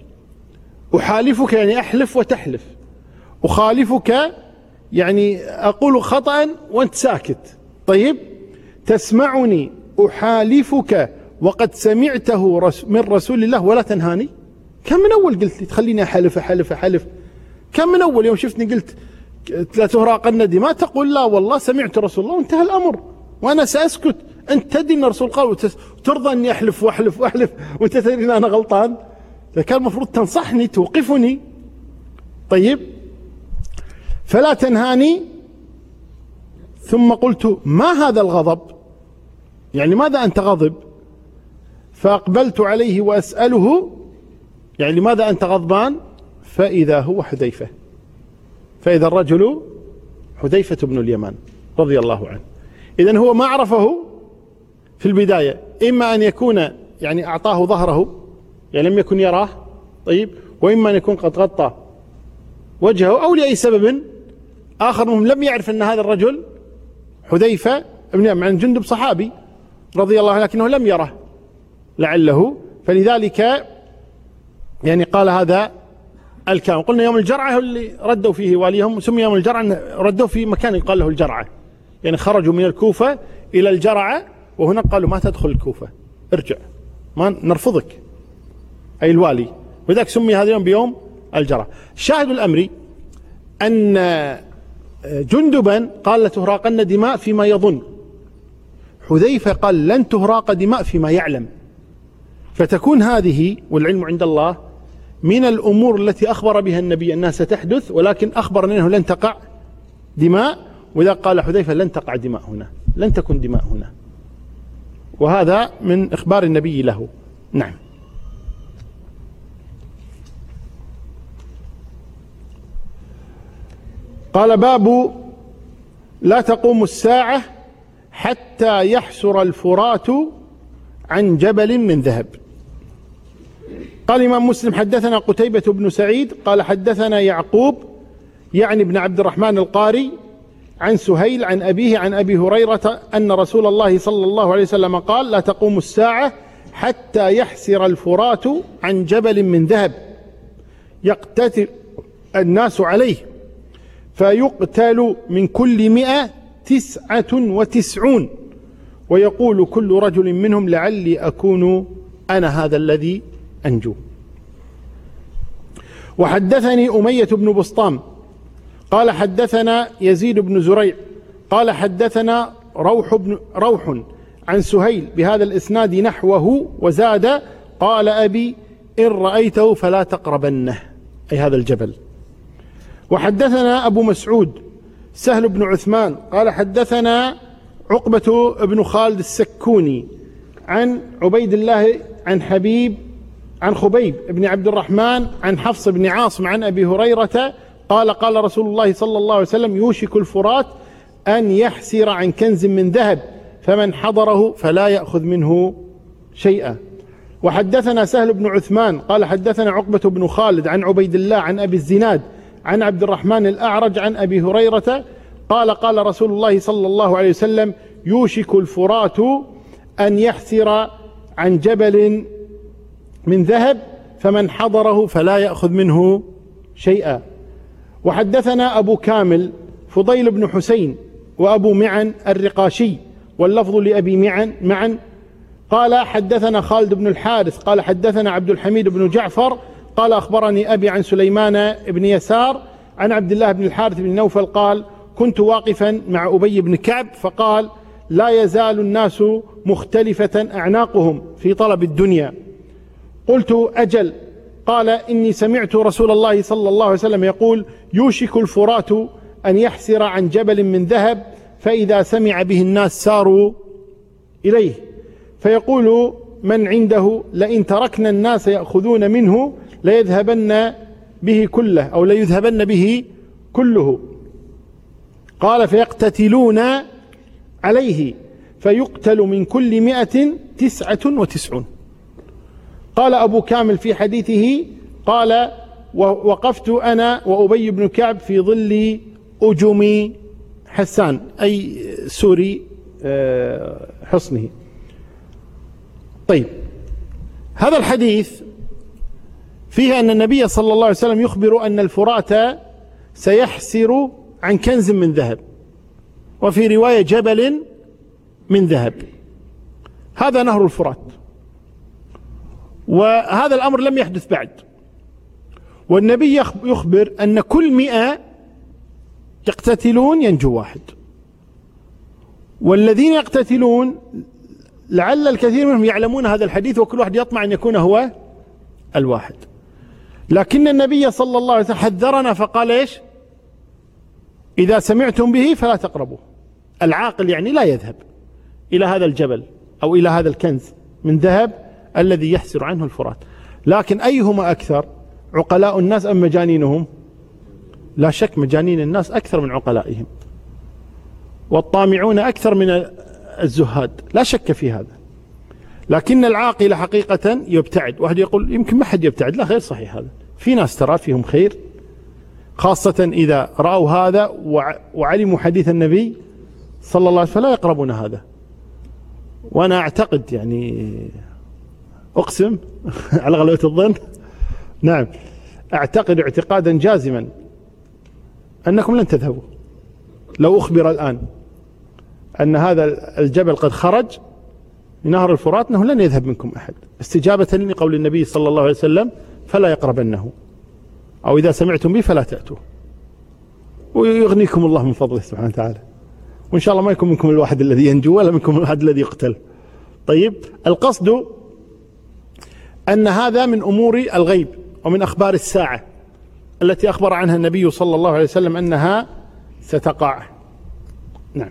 أحالفك يعني أحلف وتحلف، أخالفك يعني أقول خطأ وأنت ساكت. طيب، تسمعني أحالفك وقد سمعته من رسول الله ولا تنهاني. كم من أول قلت لي تخليني أحلف أحلف أحلف؟ كم من أول يوم شفتني قلت لا تهراقن دماء تقول لا والله سمعت رسول الله وانتهى الأمر وأنا سأسكت؟ أنت تدري أن الرسول قال وترضى أني أحلف وأحلف وأحلف وأنت تدري أن أنا غلطان؟ كان المفروض تنصحني توقفني. طيب، فلا تنهاني. ثم قلت: ما هذا الغضب؟ يعني ماذا أنت غضب؟ فأقبلت عليه وأسأله: يعني لماذا أنت غضبان؟ فإذا هو حذيفة، فإذا الرجل حذيفة بن اليمان رضي الله عنه. إذن هو ما عرفه في البداية، إما أن يكون يعني أعطاه ظهره يعني لم يكن يراه، طيب، وإما أن يكون قد غطى وجهه، أو لأي سبب آخر منهم لم يعرف أن هذا الرجل حذيفة بن اليمان، مع أن جندب صحابي رضي الله عنه لكنه لم يره لعله، فلذلك يعني قال هذا الكلام. قلنا يوم الجرعة هو اللي ردوا فيه واليهم، سمي يوم الجرعة، ردوا في مكان يقال له الجرعة، يعني خرجوا من الكوفة إلى الجرعة، وهنا قالوا ما تدخل الكوفة، ارجع، ما نرفضك، أي الوالي، وذلك سمي هذا اليوم بيوم الجرعة. شاهد الأمر أن جندبا قال لتهراقن دماء فيما يظن، حذيفة قال لن تهراق دماء فيما يعلم. فتكون هذه والعلم عند الله من الأمور التي أخبر بها النبي أنها ستحدث، ولكن أخبر أنه لن تقع دماء، وإذا قال حذيفة لن تقع دماء هنا، لن تكن دماء هنا، وهذا من إخبار النبي له. نعم. قال: باب لا تقوم الساعة حتى يحسر الفرات عن جبل من ذهب. قال الإمام مسلم: حدثنا قتيبة بن سعيد قال حدثنا يعقوب يعني ابن عبد الرحمن القاري عن سهيل عن أبيه عن أبي هريرة أن رسول الله صلى الله عليه وسلم قال: لا تقوم الساعة حتى يحسر الفرات عن جبل من ذهب يقتتل الناس عليه، فيقتل من كل مئة تسعة وتسعون، ويقول كل رجل منهم لعلي أكون أنا هذا الذي أنجو. وحدثني أمية بن بسطام قال حدثنا يزيد بن زريع قال حدثنا روح, بن روح عن سهيل بهذا الإسناد نحوه، وزاد: قال أبي إن رأيته فلا تقربنه، أي هذا الجبل. وحدثنا أبو مسعود سهل بن عثمان قال حدثنا عقبة بن خالد السكوني عن عبيد الله عن حبيب عن خبيب بن عبد الرحمن عن حفص بن عاصم عن أبي هريرة قال: قال رسول الله صلى الله عليه وسلم: يوشك الفرات أن يحسر عن كنز من ذهب، فمن حضره فلا يأخذ منه شيئا. وحدثنا سهل بن عثمان قال حدثنا عقبة بن خالد عن عبيد الله عن أبي الزناد عن عبد الرحمن الأعرج عن أبي هريرة قال: قال رسول الله صلى الله عليه وسلم: يوشك الفرات أن يحسر عن جبل من ذهب فمن حضره فلا يأخذ منه شيئا. وحدثنا أبو كامل فضيل بن حسين وأبو معن الرقاشي واللفظ لأبي معن معا قال حدثنا خالد بن الحارث قال حدثنا عبد الحميد بن جعفر قال أخبرني أبي عن سليمان بن يسار عن عبد الله بن الحارث بن نوفل قال كنت واقفا مع أبي بن كعب فقال لا يزال الناس مختلفة أعناقهم في طلب الدنيا. قلت أجل. قال إني سمعت رسول الله صلى الله عليه وسلم يقول يوشك الفرات أن يحسر عن جبل من ذهب فإذا سمع به الناس ساروا إليه فيقول من عنده لئن تركنا الناس يأخذون منه ليذهبن به كله أو ليذهبن به كله. قال فيقتتلون عليه فيقتل من كل مئة تسعة وتسعون. قال أبو كامل في حديثه قال وقفت أنا وأبي بن كعب في ظل أجم حسان أي سوري حصنه. طيب هذا الحديث فيه أن النبي صلى الله عليه وسلم يخبر أن الفرات سيحسر عن كنز من ذهب وفي رواية جبل من ذهب. هذا نهر الفرات وهذا الأمر لم يحدث بعد. والنبي يخبر أن كل مئة يقتتلون ينجو واحد والذين يقتتلون لعل الكثير منهم يعلمون هذا الحديث وكل واحد يطمع أن يكون هو الواحد. لكن النبي صلى الله عليه وسلم حذرنا فقال إيش إذا سمعتم به فلا تقربوه. العاقل يعني لا يذهب إلى هذا الجبل أو إلى هذا الكنز من ذهب الذي يحسر عنه الفرات. لكن أيهما أكثر عقلاء الناس أم مجانينهم؟ لا شك مجانين الناس أكثر من عقلائهم والطامعون أكثر من الزهاد لا شك في هذا. لكن العاقل حقيقة يبتعد. واحد يقول يمكن ما حد يبتعد، لا غير صحيح. هذا في ناس ترى فيهم خير خاصة إذا رأوا هذا وعلموا حديث النبي صلى الله عليه وسلم فلا يقربون هذا. وأنا أعتقد يعني أقسم على غلبة الظن نعم أعتقد اعتقادا جازما أنكم لن تذهبوا لو أخبر الآن أن هذا الجبل قد خرج من نهر الفرات أنه لن يذهب منكم أحد استجابة لقول النبي صلى الله عليه وسلم فلا يقربنه أو إذا سمعتم به فلا تأتوا ويغنيكم الله من فضله سبحانه وتعالى. وإن شاء الله ما يكون منكم الواحد الذي ينجو ولا منكم الواحد الذي يقتل. طيب القصد أن هذا من أمور الغيب ومن أخبار الساعة التي أخبر عنها النبي صلى الله عليه وسلم أنها ستقع. نعم.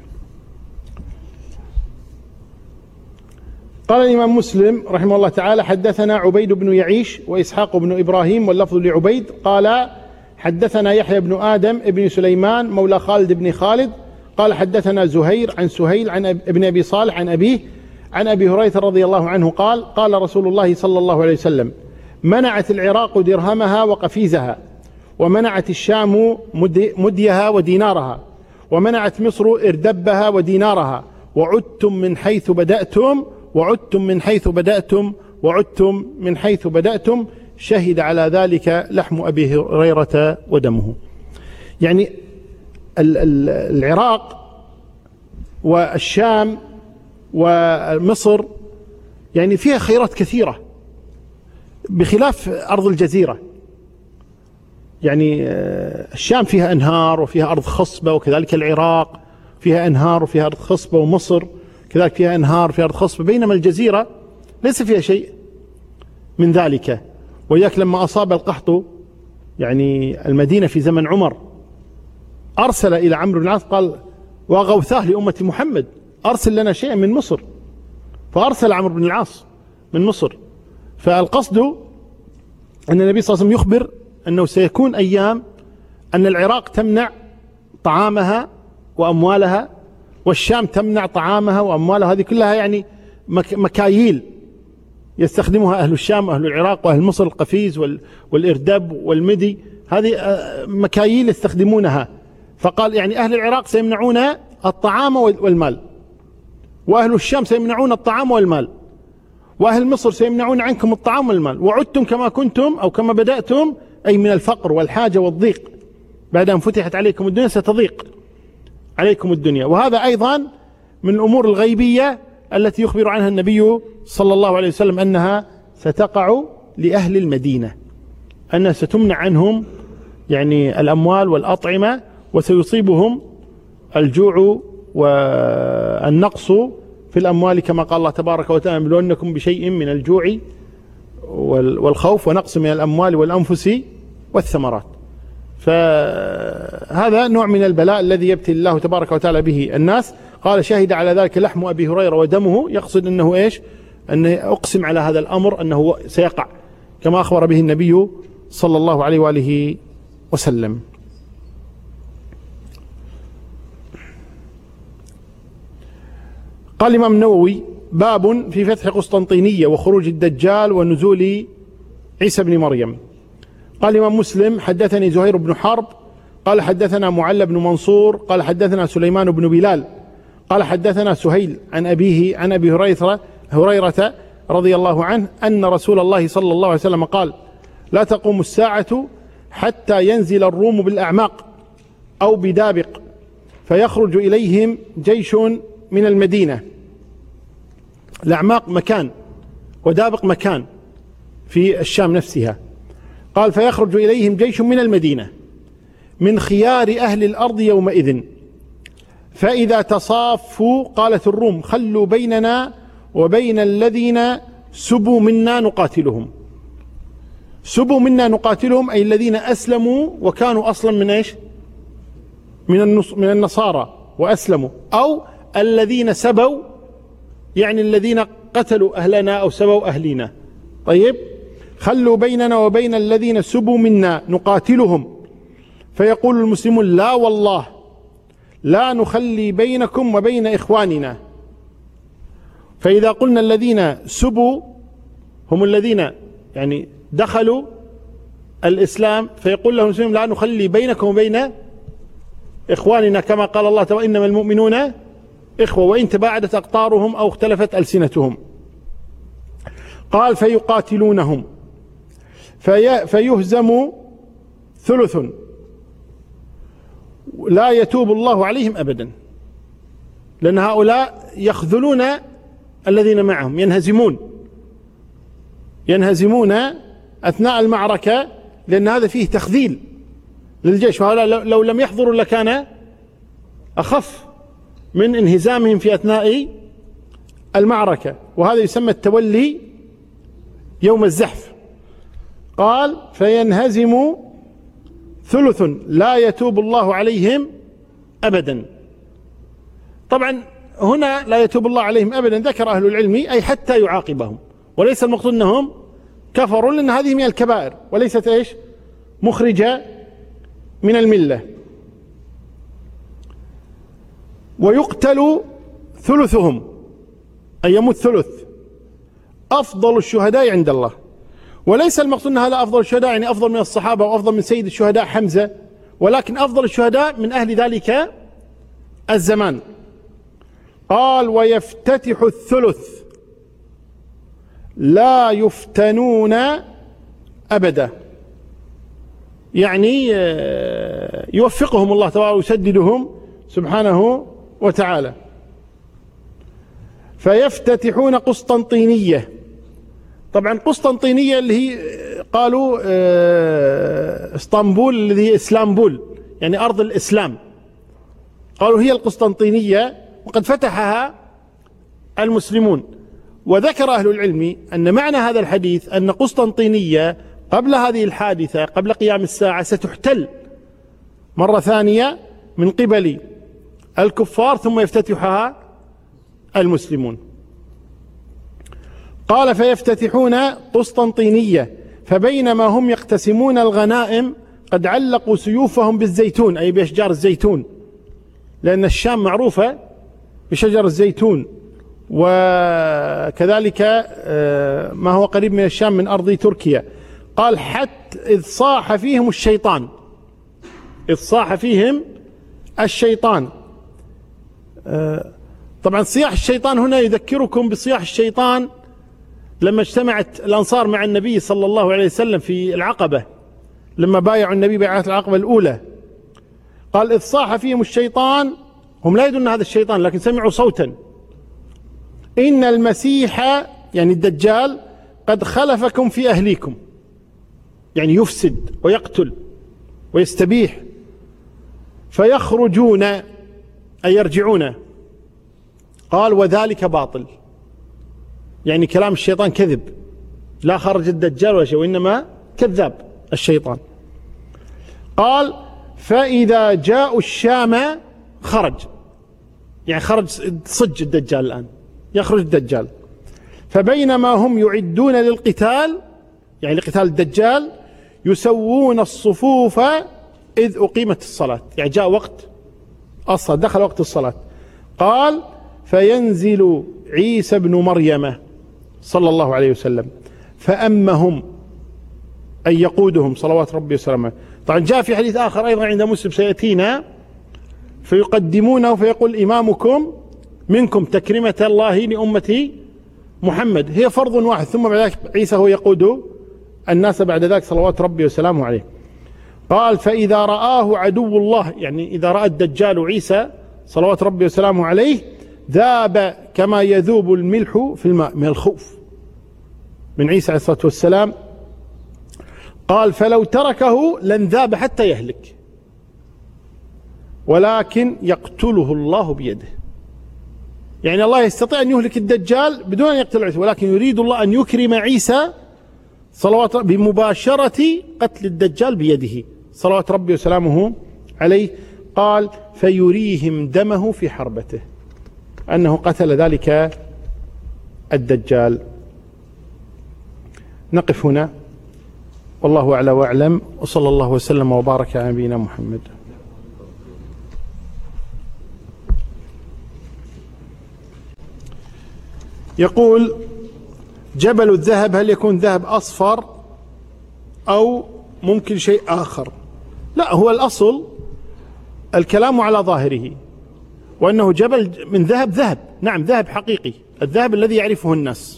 قال الإمام مسلم رحمه الله تعالى حدثنا عبيد بن يعيش وإسحاق بن إبراهيم واللفظ لعبيد قال حدثنا يحيى بن آدم ابن سليمان مولى خالد بن خالد قال حدثنا زهير عن سهيل عن ابن أبي صالح عن أبيه عن أبي هريرة رضي الله عنه قال قال رسول الله صلى الله عليه وسلم منعت العراق درهمها وقفيزها ومنعت الشام مديها ودينارها ومنعت مصر إردبها ودينارها وعدتم من حيث بدأتم وعدتم من حيث بدأتم وعدتم من حيث بدأتم شهد على ذلك لحم أبي هريرة ودمه. يعني العراق والشام ومصر يعني فيها خيرات كثيرة بخلاف أرض الجزيرة. يعني الشام فيها أنهار وفيها أرض خصبة وكذلك العراق فيها أنهار وفيها أرض خصبة ومصر كذلك فيها أنهار فيها أرض خصبة بينما الجزيرة ليس فيها شيء من ذلك. وياك لما أصاب القحط يعني المدينة في زمن عمر أرسل إلى عمرو بن العاص قال وغوثاه لأمة محمد أرسل لنا شيئا من مصر فأرسل عمرو بن العاص من مصر. فالقصد أن النبي صلى الله عليه وسلم يخبر أنه سيكون أيام أن العراق تمنع طعامها وأموالها والشام تمنع طعامها وأموالها. هذه كلها يعني مكاييل يستخدمها أهل الشام وأهل العراق وأهل مصر القفيز والإردب والمدي هذه مكاييل يستخدمونها. فقال يعني أهل العراق سيمنعون الطعام والمال وأهل الشام سيمنعون الطعام والمال، وأهل مصر سيمنعون عنكم الطعام والمال، وعدتم كما كنتم أو كما بدأتم، أي من الفقر والحاجة والضيق. بعد أن فتحت عليكم الدنيا ستضيق عليكم الدنيا. وهذا أيضا من الأمور الغيبية التي يخبر عنها النبي صلى الله عليه وسلم أنها ستقع لأهل المدينة، أنها ستمنع عنهم يعني الأموال والأطعمة، وسيصيبهم الجوع والنقص في الأموال، كما قال الله تبارك وتعالى: نبلونكم بشيء من الجوع والخوف ونقص من الأموال والأنفس والثمرات. فهذا نوع من البلاء الذي يبتلي الله تبارك وتعالى به الناس. قال: شهد على ذلك لحم أبي هريرة ودمه، يقصد أنه إيش؟ أنه أقسم على هذا الأمر أنه سيقع، كما أخبر به النبي صلى الله عليه وآله وسلم. قال الإمام النووي: باب في فتح قسطنطينية وخروج الدجال ونزول عيسى بن مريم. قال الإمام مسلم: حدثني زهير بن حرب قال حدثنا معل بن منصور قال حدثنا سليمان بن بلال قال حدثنا سهيل عن أبيه عن أبي هريرة هريرة رضي الله عنه أن رسول الله صلى الله عليه وسلم قال: لا تقوم الساعة حتى ينزل الروم بالأعماق أو بدابق فيخرج إليهم جيش من المدينة. الأعماق مكان ودابق مكان في الشام نفسها. قال: فيخرج إليهم جيش من المدينة من خيار أهل الأرض يومئذ، فإذا تصافوا قالت الروم: خلوا بيننا وبين الذين سبوا منا نقاتلهم. سبوا منا نقاتلهم أي الذين أسلموا وكانوا أصلا من إيش؟ من من النصارى وأسلموا، أو الذين سبوا يعني الذين قتلوا أهلنا أو سبوا أهلنا. طيب، خلوا بيننا وبين الذين سبوا منا نقاتلهم. فيقول المسلمون: لا والله لا نخلي بينكم وبين إخواننا. فإذا قلنا الذين سبوا هم الذين يعني دخلوا الإسلام، فيقول لهم المسلمون: لا نخلي بينكم وبين إخواننا، كما قال الله تعالى: إنما المؤمنون إخوة وإن تباعدت أقطارهم أو اختلفت ألسنتهم. قال: فيقاتلونهم في فيهزم ثلث لا يتوب الله عليهم أبدا، لأن هؤلاء يخذلون الذين معهم، ينهزمون ينهزمون أثناء المعركة، لأن هذا فيه تخذيل للجيش، وهؤلاء لو لم يحضروا لكان أخف من انهزامهم في أثناء المعركة، وهذا يسمى التولي يوم الزحف. قال: فينهزم ثلث لا يتوب الله عليهم أبدا. طبعا هنا لا يتوب الله عليهم أبدا ذكر أهل العلم أي حتى يعاقبهم، وليس المقصود أنهم كفروا، لأن هذه من الكبائر وليست إيش؟ مخرجة من الملة. ويقتل ثلثهم أي يموت ثلث أفضل الشهداء عند الله، وليس المقصود أن هذا أفضل الشهداء يعني أفضل من الصحابة وأفضل من سيد الشهداء حمزة، ولكن أفضل الشهداء من أهل ذلك الزمان. قال: ويفتتح الثلث لا يفتنون أبدا، يعني يوفقهم الله تعالى ويسددهم سبحانه وتعالى. فيفتتحون قسطنطينية. طبعا قسطنطينية اللي هي قالوا اسطنبول الذي هي اسلامبول يعني أرض الإسلام، قالوا هي القسطنطينية، وقد فتحها المسلمون. وذكر أهل العلم أن معنى هذا الحديث أن قسطنطينية قبل هذه الحادثة قبل قيام الساعة ستحتل مرة ثانية من قبل الكفار ثم يفتتحها المسلمون. قال: فيفتتحون قسطنطينية فبينما هم يقتسمون الغنائم قد علقوا سيوفهم بالزيتون أي بأشجار الزيتون، لأن الشام معروفة بشجر الزيتون، وكذلك ما هو قريب من الشام من أرض تركيا. قال: حتى إذ صاح فيهم الشيطان إذ صاح فيهم الشيطان طبعا صياح الشيطان هنا يذكركم بصياح الشيطان لما اجتمعت الأنصار مع النبي صلى الله عليه وسلم في العقبة، لما بايعوا النبي بيعة العقبة الأولى، قال إذ صاح فيهم الشيطان، هم لا يدرون هذا الشيطان لكن سمعوا صوتا، إن المسيح يعني الدجال قد خلفكم في أهليكم، يعني يفسد ويقتل ويستبيح، فيخرجون أي يرجعون. قال وذلك باطل، يعني كلام الشيطان كذب، لا خرج الدجال ولا شيء، وإنما كذاب الشيطان. قال فإذا جاءوا الشام خرج، يعني خرج صج الدجال، الآن يخرج الدجال. فبينما هم يعدون للقتال، يعني لقتال الدجال، يسوون الصفوف إذ أقيمت الصلاة، يعني جاء وقت الصلاة، دخل وقت الصلاة. قال فينزل عيسى بن مريم صلى الله عليه وسلم فأمهم، أي يقودهم صلوات ربي وسلامه. طبعا جاء في حديث آخر أيضا عند مسلم سيأتينا، فيقدمونه فيقول إمامكم منكم تكريمة الله لأمتي محمد، هي فرض واحد، ثم بعد ذلك عيسى هو يقود الناس بعد ذلك صلوات ربي وسلامه عليه. قال فإذا رآه عدو الله، يعني إذا رأى الدجال عيسى صلوات ربي وسلامه عليه ذاب كما يذوب الملح في الماء، من الخوف من عيسى عليه الصلاة والسلام. قال فلو تركه لانذاب حتى يهلك، ولكن يقتله الله بيده، يعني الله يستطيع أن يهلك الدجال بدون أن يقتل عيسى، ولكن يريد الله أن يكرم عيسى صلوات ربي بمباشرة قتل الدجال بيده صلوات ربي وسلامه عليه. قال فيريهم دمه في حربته، أنه قتل ذلك الدجال. نقف هنا، والله أعلى وأعلم، وصلى الله وسلم وبارك على نبينا محمد. يقول جبل الذهب هل يكون ذهب أصفر أو ممكن شيء آخر؟ لا، هو الأصل الكلام على ظاهره، وأنه جبل من ذهب، ذهب نعم ذهب حقيقي، الذهب الذي يعرفه الناس.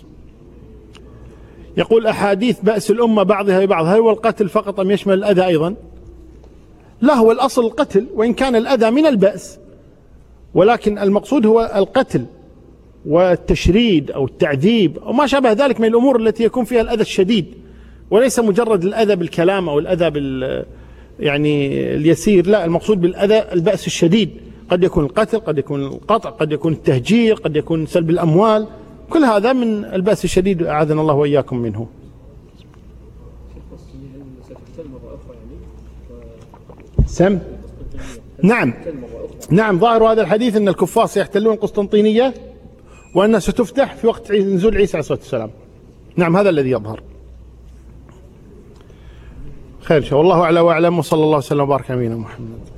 يقول أحاديث بأس الأمة بعضها ببعض، هل هو القتل فقط أم يشمل الأذى أيضا؟ لا، هو الأصل القتل، وإن كان الأذى من البأس، ولكن المقصود هو القتل والتشريد أو التعذيب أو ما شابه ذلك من الأمور التي يكون فيها الأذى الشديد، وليس مجرد الأذى بالكلام أو الأذى بال يعني اليسير، لا، المقصود بالأذى البأس الشديد، قد يكون القتل، قد يكون القطع، قد يكون التهجير، قد يكون سلب الأموال، كل هذا من البأس الشديد أعاذنا الله وإياكم منه. سم نعم نعم ظاهر هذا الحديث أن الكفار سيحتلون القسطنطينية، وأنها ستفتح في وقت نزول عيسى عليه الصلاة والسلام. نعم هذا الذي يظهر. خير إن شاء الله، والله أعلى وأعلم، وصلى الله وسلم وبارك على نبينا محمد.